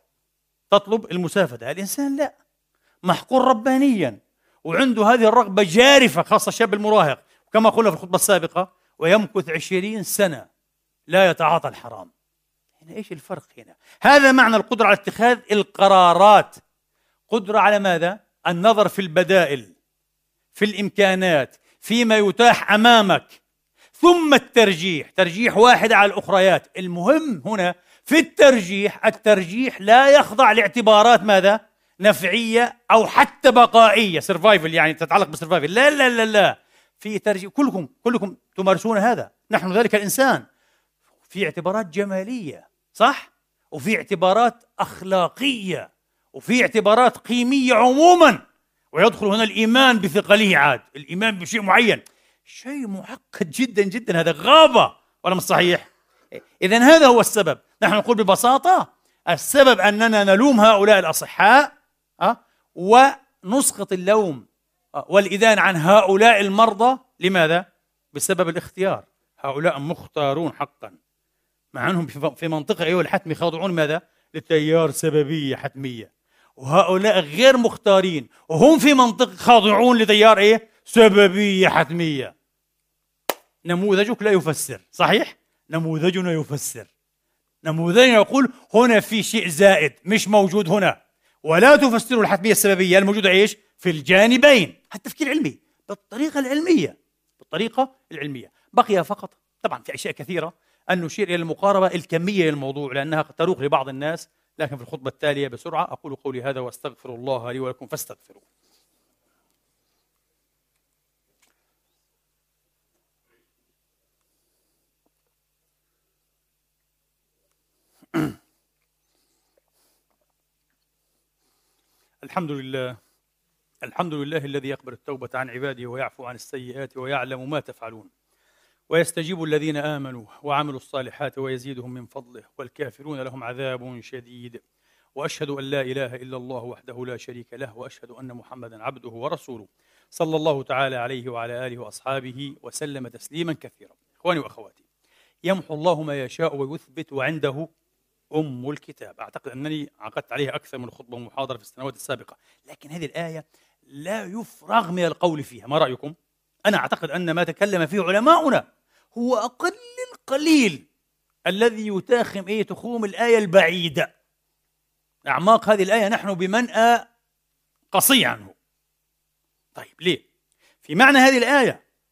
Speaker 1: الإنسان لا، محقور ربانيا وعنده هذه الرغبة جارفة، خاصة الشاب المراهق، وكما قلنا في الخطبة السابقة ويمكث 20 سنة لا يتعاطى الحرام. هنا إيش الفرق هنا؟ هذا معنى القدرة على اتخاذ القرارات. قدرة على ماذا؟ النظر في البدائل، في الإمكانات، فيما يتاح أمامك، ثم الترجيح، ترجيح واحدة على الأخريات. المهم هنا في الترجيح لا يخضع لاعتبارات ماذا؟ نفعية أو حتى بقائية، سرفايفل يعني تتعلق بالسرفايفل. لا لا لا لا، في ترجيح. كلكم تمارسون هذا، نحن ذلك الإنسان. في اعتبارات جمالية، صح؟ وفي اعتبارات أخلاقية، وفي اعتبارات قيمية عموما. ويدخل هنا الإيمان بثقله، عاد الإيمان بشيء معين، شيء معقد جدا جدا. هذا غابة ولا مش صحيح؟ إذن هذا هو السبب. نحن نقول ببساطة السبب أننا نلوم هؤلاء الأصحاء ونسقط اللوم والإدانة عن هؤلاء المرضى. لماذا؟ بسبب الاختيار. هؤلاء مختارون حقا، مع أنهم في منطقة الحتمي خاضعون ماذا؟ لتيار سببية حتمية. وهؤلاء غير مختارين وهم في منطقة خاضعون لتيار سببية حتمية. نموذجك لا يفسر، صحيح؟ نموذجنا يفسر. نموذجنا يقول هنا في شيء زائد مش موجود هنا، ولا تفسر الحتمية السببية الموجودة في الجانبين. التفكير العلمي بالطريقة العلمية. بقي فقط طبعا في أشياء كثيرة أن نشير إلى المقاربة الكمية للموضوع لأنها قد تروق لبعض الناس، لكن في الخطبة التالية بسرعة أقول قولي هذا واستغفر الله لي ولكم فاستغفروه. الحمد لله الذي يقبل التوبة عن عباده ويعفو عن السيئات ويعلم ما تفعلون، ويستجيب الذين آمنوا وعملوا الصالحات ويزيدهم من فضله، والكافرون لهم عذاب شديد. وأشهد أن لا إله إلا الله وحده لا شريك له، وأشهد أن محمدا عبده ورسوله، صلى الله تعالى عليه وعلى آله وأصحابه وسلم تسليما كثيرا. إخواني وأخواتي، يمحو الله ما يشاء ويثبت وعنده أم الكتاب. أعتقد أنني عقدت عليها أكثر من خطبة ومحاضرة في السنوات السابقة، لكن هذه الآية لا يفرغ من القول فيها. ما رأيكم؟ أنا أعتقد أن ما تكلم فيه علماؤنا هو أقل القليل الذي يتاخم تخوم الآية البعيدة. أعماق هذه الآية نحن بمنأى قصي عنه. طيب ليه؟ في معنى هذه الآية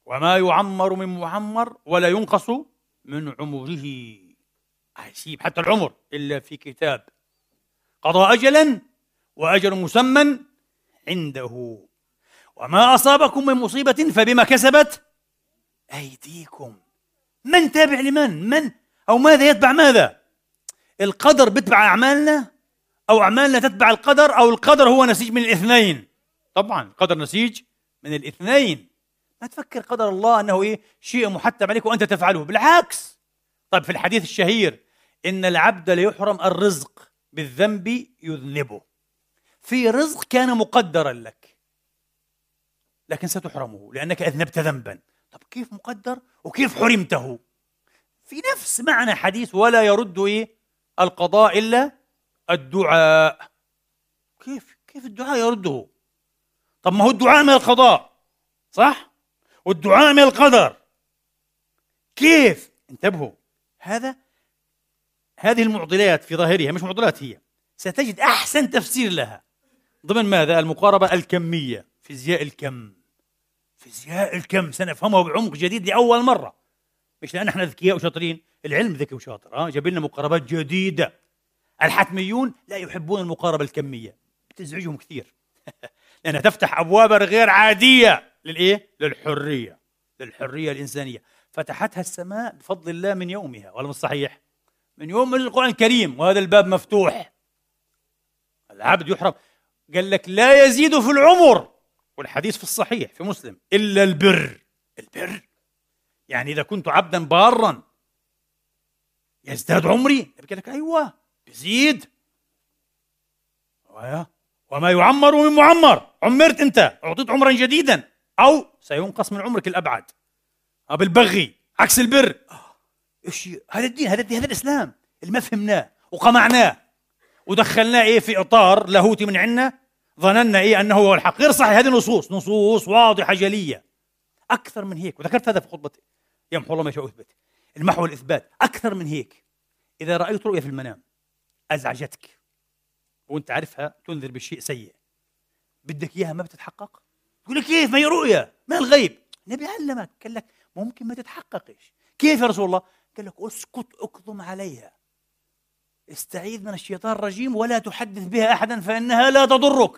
Speaker 1: وما يعمر من معمر ولا ينقص من عمره. هيسيب حتى العمر إلا في كتاب، قضى أجلا وأجل مسمى عنده. وما أصابكم من مصيبة فبما كسبت أيديكم. من تابع لمن؟ أو ماذا يتبع ماذا؟ القدر بيتبع أعمالنا، أو أعمالنا تتبع القدر، أو القدر هو نسيج من الاثنين؟ طبعا القدر نسيج من الاثنين. ما تفكر قدر الله أنه شيء محتم عليك وأنت تفعله، بالعكس. طيب في الحديث الشهير إن العبد ليحرم الرزق بالذنب يذنبه. في رزق كان مقدرا لك لكن ستحرمه لأنك أذنبت ذنبا. طب كيف مقدر وكيف حرمته؟ في نفس معنى حديث ولا يرد القضاء إلا الدعاء. كيف الدعاء يرده؟ طب ما هو الدعاء من القضاء صح؟ والدعاء من القدر. كيف؟ انتبهوا، هذه المعضلات في ظاهرها مش معضلات، هي ستجد أحسن تفسير لها ضمن ماذا؟ المقاربة الكمية، فيزياء الكم سنفهمه بعمق جديد لأول مرة، مش لأن احنا ذكياء وشاطرين، العلم ذكي وشاطر جاب لنا مقاربات جديدة. الحتميون لا يحبون المقاربة الكمية، بتزعجهم كثير لأنها تفتح أبوابا غير عادية للحرية الإنسانية. فتحتها السماء بفضل الله من يومها، ولا مش صحيح؟ من يوم القرآن الكريم وهذا الباب مفتوح. العبد يحرم، قال لك لا يزيد في العمر، والحديث في الصحيح في مسلم، إلا البر. يعني إذا كنت عبدا بارا يزداد عمري، قال لك أيوة بيزيد. وما يعمر من معمر، عمرت أنت، أعطيت عمرا جديدا، أو سينقص من عمرك الأبعد بالبغي عكس البر. إيش هذا الدين؟ هذا الإسلام اللي ما فهمناه وقمعناه ودخلناه في إطار لاهوتي من عنا، ظننا أنه هو الحق. غير صحيح. هذه نصوص واضحة جلية. أكثر من هيك، وذكرت هذا في خطبة يمحو الله ما يشاء ويثبت، المحو والإثبات. أكثر من هيك، إذا رأيت رؤية في المنام أزعجتك وأنت عارفها تنذر بالشيء سيء، بدك إياها ما بتتحقق، تقول لك كيف؟ ما هي رؤية، ما الغيب. النبي علمك، قال لك ممكن ما تتحققش. كيف يا رسول الله؟ قال لك اسكت اكظم عليها، استعيذ من الشيطان الرجيم ولا تحدث بها أحدا فإنها لا تضرك.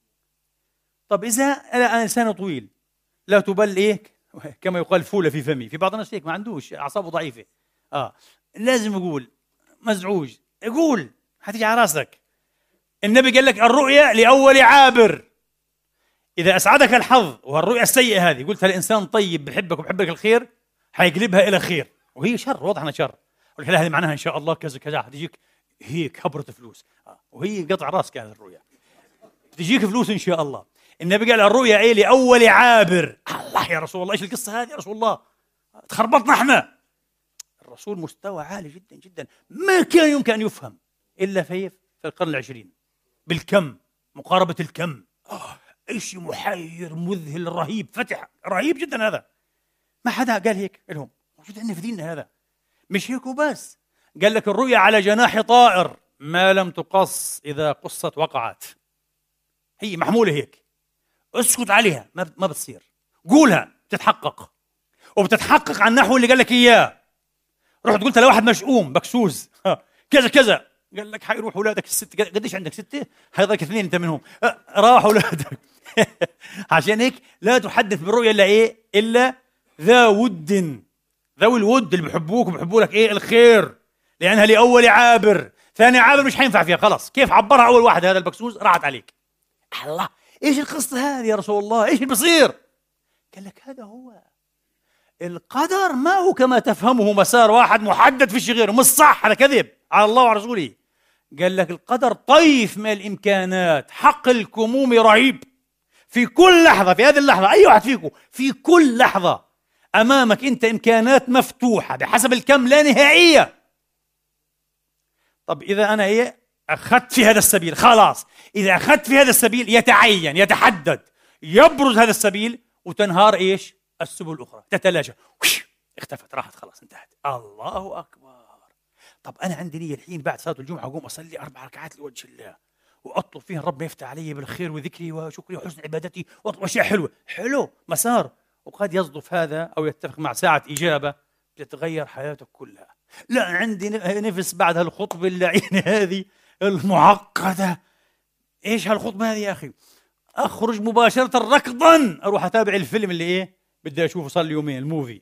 Speaker 1: طب إذا أنا لساني طويل لا تبل كما يقال فولة في فمي. في بعض الناس هيك ما عندوش، أعصابه ضعيفة، لازم يقول، مزعوج يقول، حتيجي على راسك. النبي قال لك الرؤيا لأول عابر. إذا أسعدك الحظ والرؤيا السيئة هذه قلتها لإنسان طيب بحبك وبحبك الخير، حيقلبها إلى خير، وهي شر، واضح أنها شر. والحين هذه معناها إن شاء الله كذا كذا، تجيك هيك هبرة فلوس، وهي قطع راسك. هذه الرؤيا تجيك فلوس إن شاء الله. النبي قال الرؤيا لأول عابر. الله يا رسول الله، إيش القصة هذه يا رسول الله؟ تخربطنا احنا. الرسول مستوى عالي جدا جدا، ما كان يمكن أن يفهم إلا في القرن العشرين بالكم، مقاربة الكم. إيش محير مذهل رهيب، فتح رهيب جدا. هذا ما حدا قال هيك لهم، موجود عندنا في ديننا. هذا مش هيك وبس، قال لك الرؤيا على جناح طائر ما لم تقص، إذا قصت وقعت. هي محمولة هيك، اسكت عليها ما بتصير، قولها تتحقق، وبتتحقق عن النحو اللي قال لك إياه. رحت قلت لواحد مشؤوم بكسوز كذا كذا، قال لك حيروح أولادك الست. قديش عندك؟ 6؟ حيضلك 2 أنت منهم، راح أولادك عشان هيك لا تحدث بالرؤيا إلا ذا ود، ذوي الود اللي بيحبوك وبيحبوا لك الخير، لأنها لأول عابر. ثاني عابر مش حينفع فيها، خلاص. كيف عبرها أول واحد؟ هذا البكسوز راحت عليك. الله، إيش القصة هذه يا رسول الله؟ إيش اللي بيصير؟ قال لك هذا هو القدر، ما هو كما تفهمه مسار واحد محدد في شيء غيره، مش صح، هذا كذب على الله ورسوله. قال لك القدر طيف من الإمكانات، حق الكموم رهيب. في كل لحظة، في هذه اللحظة أي واحد فيكم، في كل لحظة أمامك أنت إمكانات مفتوحة بحسب الكم لا نهائية. طب إذا أنا أخذت في هذا السبيل، خلاص. إذا أخذت في هذا السبيل يتعين، يتحدد، يبرز هذا السبيل، وتنهار السبل الأخرى تتلاشى، اختفت، راحت، خلاص انتهت. الله أكبر. طب أنا عندي نية الحين بعد صلاة الجمعة أقوم أصلي 4 ركعات لوجه الله، وأطلب فيها رب يفتح علي بالخير وذكري وشكري وحسن عبادتي، وأطلب أشياء حلوة. حلو، مسار وقد يصدف هذا أو يتفق مع ساعة إجابة تتغير حياتك كلها. لا عندي نفس بعد هالخطبة اللعينة هذه المعقدة. إيش هالخطبة هذه يا أخي؟ أخرج مباشرة ركضا أروح أتابع الفيلم اللي إيه بدي أشوفه صار لي يومين، الموفي.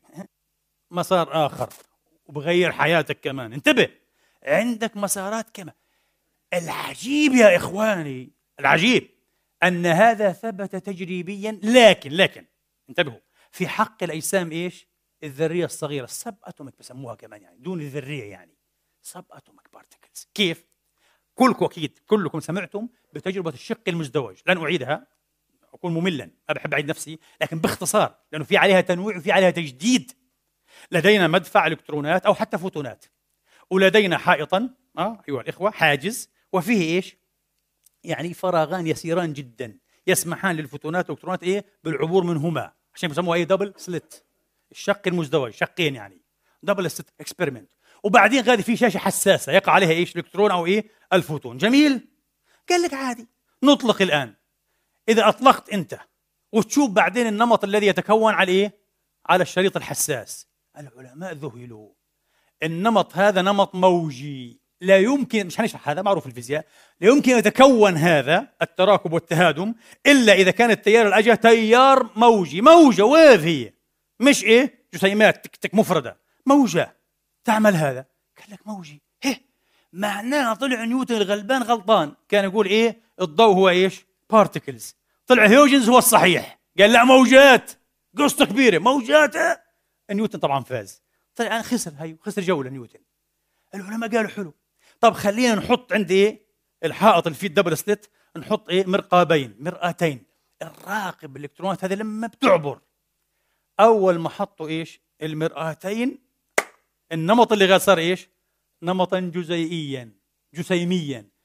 Speaker 1: مسار آخر وبغير حياتك كمان. انتبه، عندك مسارات كمان. العجيب يا إخواني، العجيب أن هذا ثبت تجريبيا، لكن انتبهوا، في حق الأجسام إيش؟ الذرية الصغيرة، السب أتوميك بسموها كمان، يعني دون الذرية، يعني سب أتوميك بارتيكلز. كيف؟ كلكم أكيد كلكم سمعتم بتجربة الشق المزدوج، لن أعيدها أكون مملا، ما بحب أعيد نفسي، لكن باختصار لأنه في عليها تنويع وفي عليها تجديد. لدينا مدفع إلكترونات أو حتى فوتونات، ولدينا حائطا أيها الإخوة حاجز، وفيه إيش؟ يعني فراغان يسيران جدا يسمحان للفوتونات والإلكترونات إيه بالعبور منهما، عشان بسموها إيه دبل سلت، الشق المزدوج، شقين يعني دبل سلت اكسبيرمنت. وبعدين غادي في شاشة حساسة يقع عليها إيش؟ الإلكترون أو إيه الفوتون. جميل. قال لك عادي نطلق الآن. إذا أطلقت أنت وتشوف بعدين النمط الذي يتكون على إيه؟ على الشريط الحساس. العلماء ذهلوا. النمط هذا نمط موجي، لا يمكن، مش هنشرح هذا معروف في الفيزياء، لا يمكن يتكون هذا التراكب والتهادم إلا إذا كان التيار اللي أجا تيار موجي، موجة ويف، هي مش إيه جسيمات تك مفردة، موجة تعمل هذا. قال لك موجي، معناها طلع نيوتن الغلبان غلطان، كان يقول إيه الضوء هو إيش؟ بارتيكلز، طلع هيوجنز هو الصحيح، قال لا موجات، قصة كبيرة موجات. نيوتن طبعا فاز، طلع خسر جولة نيوتن. العلماء قالوا حلو، طب خلينا نحط عندي إيه الحائط اللي فيه الدبل سلت، نحط إيه مرآتين نراقب الإلكترونات هذه لما بتعبر. أول ما حطوا إيش المرآتين، النمط اللي غير صار إيش؟ نمطا جسيميا،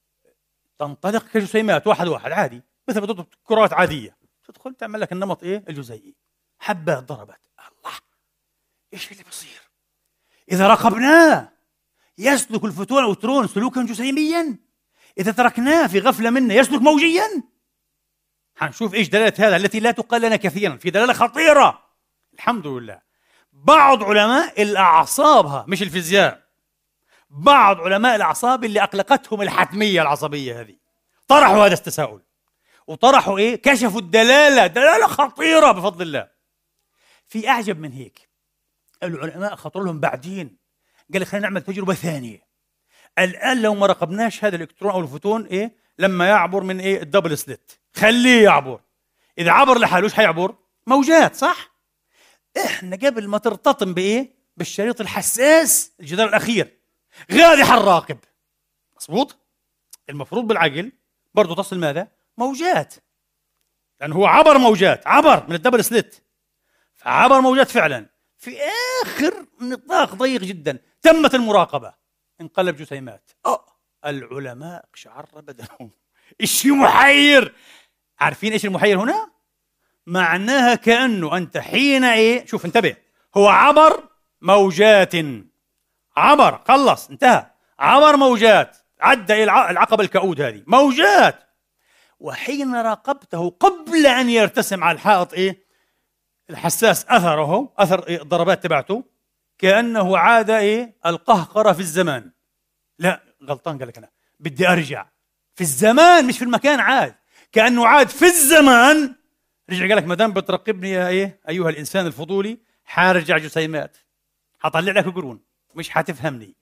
Speaker 1: تنطلق كجسيمات واحد عادي، مثل ما تضرب كرات عادية، تدخل تعمل لك النمط إيه الجزيئي. حبات ضربت، الله إيش اللي بصير؟ إذا راقبناه يسلك الفوتون أو الإلكترون سلوكا جسيميا، إذا تركناه في غفلة منه يسلك موجيا. هنشوف إيش دلالة هذا التي لا تقال لنا كثيرا، في دلالة خطيرة الحمد لله. بعض علماء الأعصاب، مش الفيزياء، بعض علماء الأعصاب اللي أقلقتهم الحتمية العصبية هذه طرحوا هذا التساؤل، وطرحوا إيه؟ كشفوا دلالة خطيرة بفضل الله. في أعجب من هيك، العلماء خطروا لهم بعدين، قال لك خلينا نعمل تجربة ثانية. الآن لو ما راقبناش هذا الإلكترون أو الفوتون إيه لما يعبر من إيه الدبل سلت، خليه يعبر، إذا عبر لحاله إيش حيعبر؟ موجات، صح؟ إحنا قبل ما ترتطم بإيه؟ بالشريط الحساس الجدار الأخير غادي حنراقب، مظبوط؟ المفروض بالعقل برضو تصل ماذا؟ موجات، لأنه هو عبر موجات، عبر من الدبل سلت، فعبر موجات فعلا. في آخر نطاق ضيق جدا تمت المراقبة، انقلب جسيمات. العلماء اقشعر بدنهم، إشي محير. عارفين إيش المحير هنا؟ معناها كأنه أنت حين إيه، شوف انتبه، هو عبر موجات، عبر خلص انتهى، عبر موجات، عدى إلى العقبة الكؤود هذه موجات، وحين راقبته قبل أن يرتسم على الحائط إيه الحساس أثره، أثر إيه الضربات تبعته، كأنه عاد إيه القهقرة في الزمان. لا غلطان، قال لك أنا بدي أرجع في الزمان مش في المكان، عاد كأنه عاد في الزمان، رجع قال لك ما دام بتراقبني يا إيه أيها الإنسان الفضولي حارجع جسيمات، حطلع لك قرون، مش حتفهمني.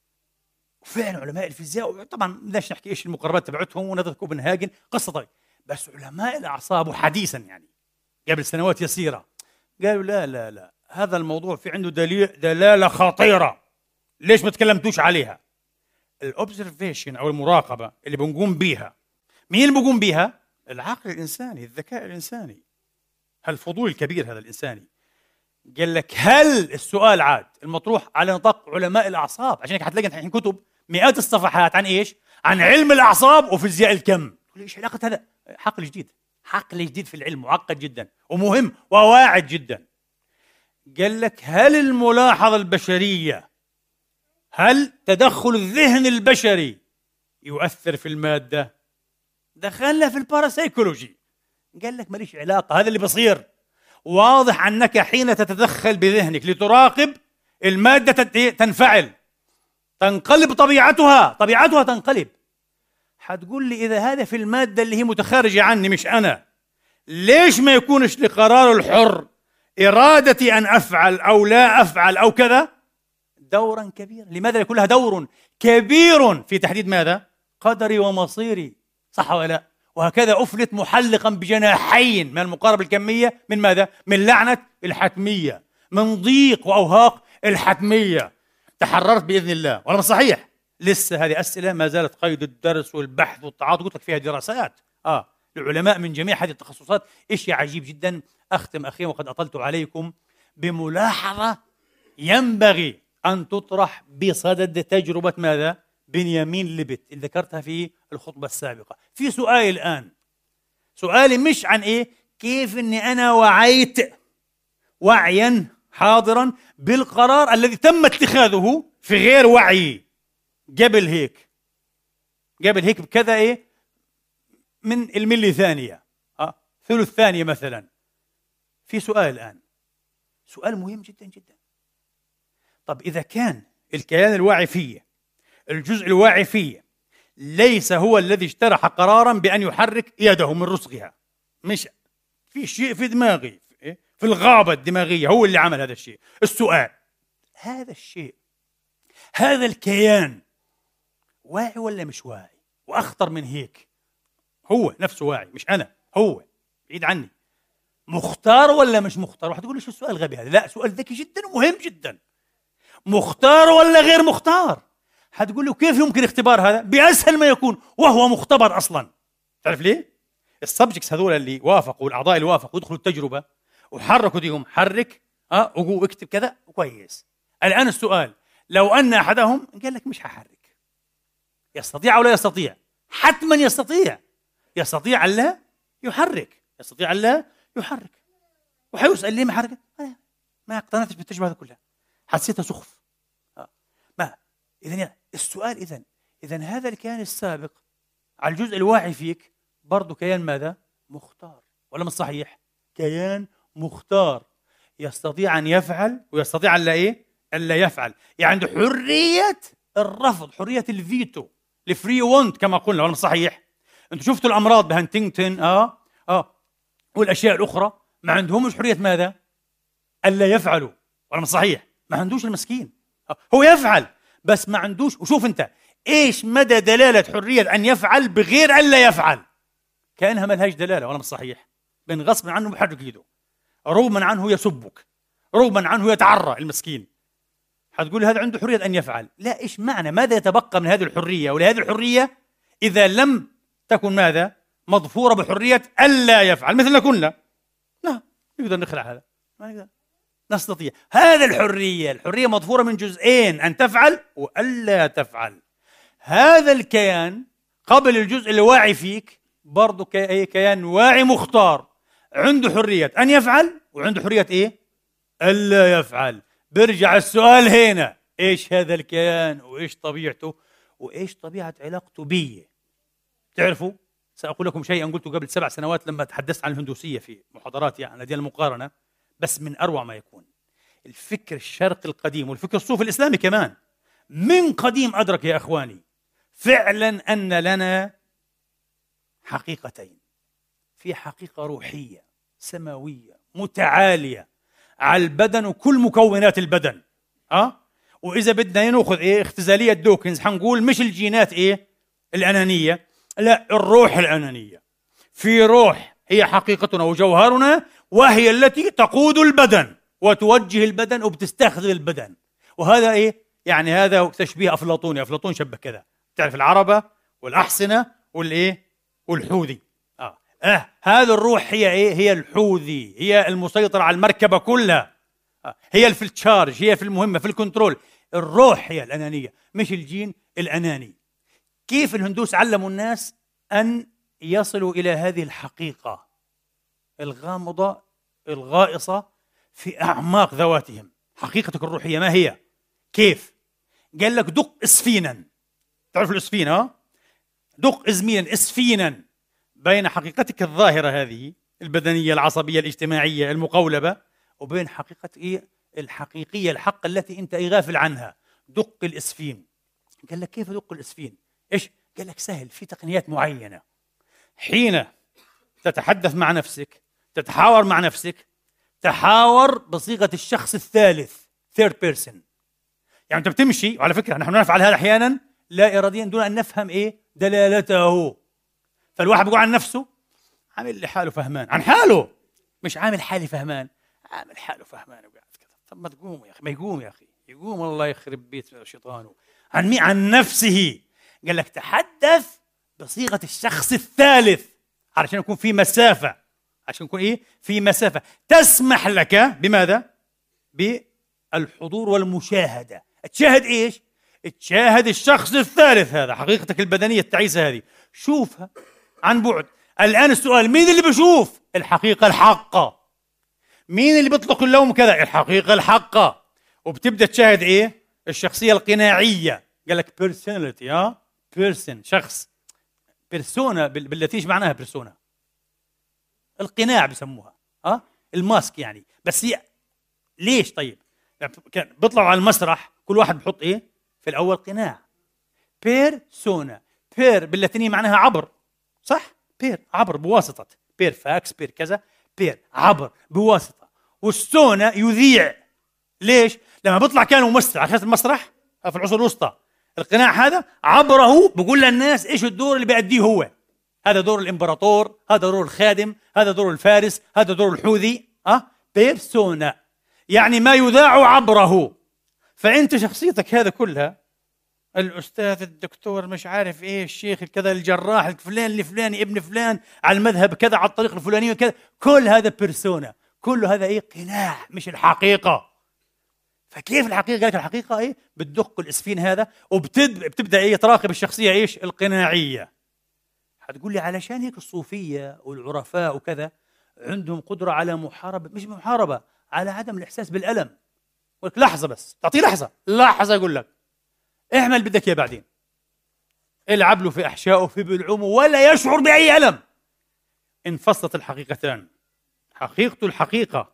Speaker 1: وفعلا علماء الفيزياء طبعا بدناش نحكي ايش المقربات تبعتهم ونظرة كوبنهاجن قصة طيب، بس علماء الأعصاب حديثا يعني قبل سنوات يسيرة قالوا لا هذا الموضوع في عنده دلالة خطيرة، ليش ما تكلمتوش عليها؟ الأوبزرفيشن أو المراقبة اللي بنقوم بيها، مين اللي بنقوم بيها؟ العقل الإنساني، الذكاء الإنساني، هالفضول الكبير هذا الإنساني. قال لك هل السؤال عاد المطروح على نطاق علماء الأعصاب، عشان هيك حتلاقي الحين كتب مئات الصفحات عن إيش؟ عن علم الأعصاب وفيزياء الكم. تقول إيش علاقة هذا؟ حقل جديد في العلم، معقد جدا ومهم وواعد جدا. قال لك هل الملاحظة البشرية، هل تدخل الذهن البشري يؤثر في المادة؟ دخلنا في الباراسيكولوجي، قال لك ماليش علاقة، هذا اللي بصير. واضح أنك حين تتدخل بذهنك لتراقب المادة تنفعل، تنقلب طبيعتها تنقلب. حتقول لي إذا هذا في المادة اللي هي متخارجة عني مش أنا، ليش ما يكونش لقرار الحر إرادتي أن أفعل أو لا أفعل أو كذا دورا كبيرا؟ لماذا يكون لها دور كبير في تحديد ماذا؟ قدري ومصيري، صح ولا لا؟ وهكذا أفلت محلقا بجناحين من المقاربة الكمية، من ماذا؟ من لعنة الحتمية، من ضيق وأوهاق الحتمية. تحررت بإذن الله، ولا مش صحيح؟ لسه هذه أسئلة ما زالت قيد الدرس والبحث والتعاطي، قلت لك فيها دراسات لعلماء من جميع هذه التخصصات. شيء عجيب جدا. أختم أخيرا وقد أطلت عليكم بملاحظة ينبغي أن تطرح بصدد تجربة ماذا؟ بنيامين ليبت اللي ذكرتها في الخطبة السابقة. في سؤال الآن، سؤالي مش عن كيف أني أنا وعيت وعيا حاضرا بالقرار الذي تم اتخاذه في غير وعي قبل هيك بكذا من الملي ثانية، ثلث ثانية مثلا. في سؤال الآن، سؤال مهم جدا جدا. طب إذا كان الكيان الواعي فيه، الجزء الواعي فيه، ليس هو الذي اجترح قرارا بأن يحرك يده من رسغها، مش في شيء في دماغي، في الغابة الدماغية هو اللي عمل هذا الشيء. السؤال، هذا الشيء، هذا الكيان واعي ولا مش واعي؟ وأخطر من هيك، هو نفسه واعي مش أنا، هو بعيد عني، مختار ولا مش مختار؟ واحد يقول لي شو السؤال الغبي هذا؟ لا، سؤال ذكي جدا ومهم جدا. مختار ولا غير مختار؟ حتقول له كيف يمكن اختبار هذا؟ بأسهل ما يكون، وهو مختبر أصلا. تعرف ليه؟ السبجكتس هذول اللي وافقوا، الأعضاء اللي وافقوا يدخلوا التجربة وحركوا ديهم، حرك واكتب كذا كويس. الآن السؤال، لو أن أحدهم قال لك مش هحرك، يستطيع أو لا يستطيع؟ حتما يستطيع. يستطيع أن لا يحرك، يستطيع أن لا يحرك. وحيسأل ليه ما حرك؟ ما اقتنعتش بالتجربة هذه كلها، حسيتها سخف. ما إذن السؤال، إذن هذا الكيان السابق على الجزء الواعي فيك برضو كيان ماذا؟ مختار، ولا مش صحيح؟ كيان مختار، يستطيع أن يفعل ويستطيع أن لا ألا يفعل. يعني عنده حرية الرفض، حرية الفيتو، الفري وونت كما قلنا، ولا مش صحيح؟ أنتم شفتوا الأمراض بهانتينغتون والأشياء الأخرى، ما عندهمش حرية ماذا؟ ألا يفعلوا، ولا مش صحيح؟ ما عندوش المسكين، هو يفعل بس ما عندوش. وشوف أنت إيش مدى دلالة حرية أن يفعل بغير ألا يفعل، كأنها ما لهاش دلالة، ولا مش صحيح؟ بين غصب عنه بحرك يده، رغما عنه يسبك، رغما عنه يتعرى المسكين. حتقول هذا عنده حرية أن يفعل، لا، إيش معنى؟ ماذا يتبقى من هذه الحرية؟ ولهذه الحرية إذا لم تكن ماذا؟ مظفورة بحرية ألا يفعل، مثلنا كلنا، لا نقدر نخلع هذا، ما نقدر نستطيع. هذا الحرية مظفورة من جزئين، أن تفعل وألا تفعل. هذا الكيان قبل الجزء الواعي فيك برضو كيان واعي مختار، عنده حرية أن يفعل وعنده حرية ألا يفعل. برجع السؤال هنا، إيش هذا الكيان وإيش طبيعته وإيش طبيعة علاقته بي؟ تعرفوا؟ سأقول لكم شيئا قلته قبل 7 سنوات لما تحدثت عن الهندوسية في محاضراتي عن هذه المقارنة، بس من أروع ما يكون. الفكر الشرقي القديم والفكر الصوفي الإسلامي كمان من قديم أدرك يا أخواني فعلا أن لنا حقيقتين. في حقيقة روحية سماوية متعالية على البدن وكل مكونات البدن، وإذا بدنا نأخذ اختزالية دوكنز حنقول مش الجينات الأنانية، لا، الروح الأنانية. في روح هي حقيقتنا وجوهرنا، وهي التي تقود البدن وتوجه البدن وبتستخدم البدن. وهذا يعني هذا تشبيه أفلاطوني، أفلاطون شبه كذا، تعرف العربة والأحصنة والحوذي. هذا الروح هي الحوذي، هي المسيطرة على المركبة كلها، هي في التشارج، هي في المهمة، في الكنترول. الروح هي الأنانية مش الجين الأناني. كيف الهندوس علموا الناس أن يصلوا إلى هذه الحقيقة الغامضة الغائصة في أعماق ذواتهم؟ حقيقتك الروحية ما هي؟ كيف؟ قال لك دق اسفينا، تعرف الاسفين؟ دق ازمينا اسفينا بين حقيقتك الظاهرة هذه البدنية العصبية الاجتماعية المقولبة، وبين حقيقة إيه؟ الحقيقية الحق التي أنت غافل عنها. دق الإسفين. قال لك كيف دق الإسفين؟ إيش؟ قال لك سهل، في تقنيات معينة. حين تتحدث مع نفسك، تتحاور مع نفسك، تحاور بصيغة الشخص الثالث third person. يعني أنت بتمشي، وعلى فكرة نحن نفعل هذا أحيانا لا إراديا دون أن نفهم إيه دلالته. فالواحد بيقول عن نفسه عامل لي حاله فهمان عن حاله، مش عامل حالي فهمان، عامل حاله فهمان وقاعد كذا. طب ما تقوم يا أخي، ما يقوم يا أخي، يقوم الله يخرب بيت شيطانه. عن مين؟ عن نفسه. قال لك تحدث بصيغة الشخص الثالث علشان يكون في مسافة، عشان يكون إيه؟ في مسافة تسمح لك بماذا؟ بالحضور والمشاهدة. تشاهد إيش؟ تشاهد الشخص الثالث هذا، حقيقتك البدنية التعيسة هذه، شوفها عن بعد. الآن السؤال، مين اللي بيشوف؟ الحقيقة الحقة. مين اللي بيطلق اللوم كذا؟ الحقيقة الحقة. وبتبدأ تشاهد إيه؟ الشخصية القناعية. قال لك personality، person، شخص. بيرسونا باللاتيش معناها بيرسونا، القناع بسموها، الماسك يعني. بس هي ليش طيب؟ كان بيطلعوا على المسرح كل واحد بحط ايه في الاول؟ قناع. بيرسونا، بير باللاتينية معناها عبر، صح؟ بير عبر، بواسطة، بير فاكس، بير كذا، بير عبر بواسطة. والسونا يذيع. ليش؟ لما بيطلع كان ممثل على المسرح في العصور الوسطى، القناع هذا عبره بقول للناس ايش الدور اللي بيأديه هو. هذا دور الامبراطور، هذا دور الخادم، هذا دور الفارس، هذا دور الحوذي. بيرسونا يعني ما يذاع عبره. فانت شخصيتك هذا كلها، الاستاذ الدكتور مش عارف ايه، الشيخ كذا، الجراح الفلان الفلاني، ابن فلان، على المذهب كذا، على الطريق الفلاني وكذا، كل هذا بيرسونا، كل هذا ايه؟ قناع، مش الحقيقة. فكيف الحقيقة؟ قالك الحقيقة ايه؟ بتدق الاسفين هذا، وبتبدأ ايه؟ تراقب الشخصية ايش؟ القناعية. هتقول لي علشان هيك الصوفية والعرفاء وكذا عندهم قدرة على محاربة، مش محاربة، على عدم الإحساس بالألم. يقول لك لحظة بس، تعطيه لحظة يقول لك اعمل بدك يا بعدين، العب له في أحشائه في بلعومه ولا يشعر بأي ألم. انفصلت الحقيقتان. حقيقته الحقيقة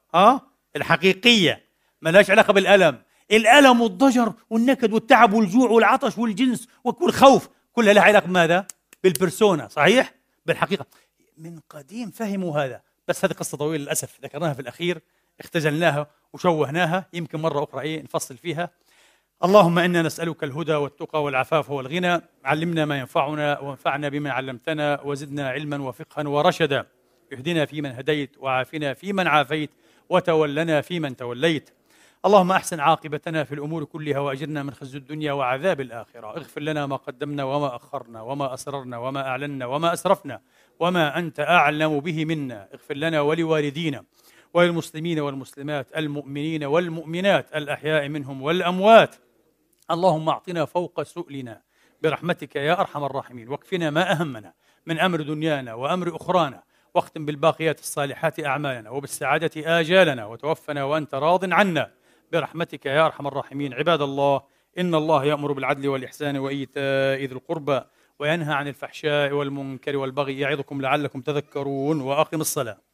Speaker 1: الحقيقية ما لهاش علاقة بالألم. الألم والضجر والنكد والتعب والجوع والعطش والجنس والخوف كلها لها علاقة بماذا؟ بالبرسونا، صحيح؟ بالحقيقة. من قديم فهموا هذا، بس هذه قصة طويلة للأسف ذكرناها في الأخير، اختزلناها وشوهناها، يمكن مرة أخرى نفصل فيها. اللهم إنا نسألك الهدى والتقى والعفاف والغنى. علمنا ما ينفعنا وانفعنا بما علمتنا، وزدنا علما وفقها ورشدا. اهدنا فيمن هديت، وعافنا فيمن عافيت، وتولنا فيمن توليت. اللهم أحسن عاقبتنا في الأمور كلها، وأجرنا من خزي الدنيا وعذاب الآخرة. اغفر لنا ما قدمنا وما أخرنا وما أسررنا وما أعلنا وما أسرفنا وما أنت أعلم به منا. اغفر لنا ولوالدينا وللمسلمين والمسلمات، المؤمنين والمؤمنات، الأحياء منهم والأموات. اللهم أعطنا فوق سؤلنا برحمتك يا أرحم الراحمين، واكفنا ما أهمنا من أمر دنيانا وأمر أخرانا، واختم بالباقيات الصالحات أعمالنا وبالسعادة آجالنا، وتوفنا وأنت راض عنا برحمتك يا أرحم الراحمين. عباد الله، إن الله يأمر بالعدل والإحسان وإيتاء ذي القربى، وينهى عن الفحشاء والمنكر والبغي، يعظكم لعلكم تذكرون. وأقم الصلاة.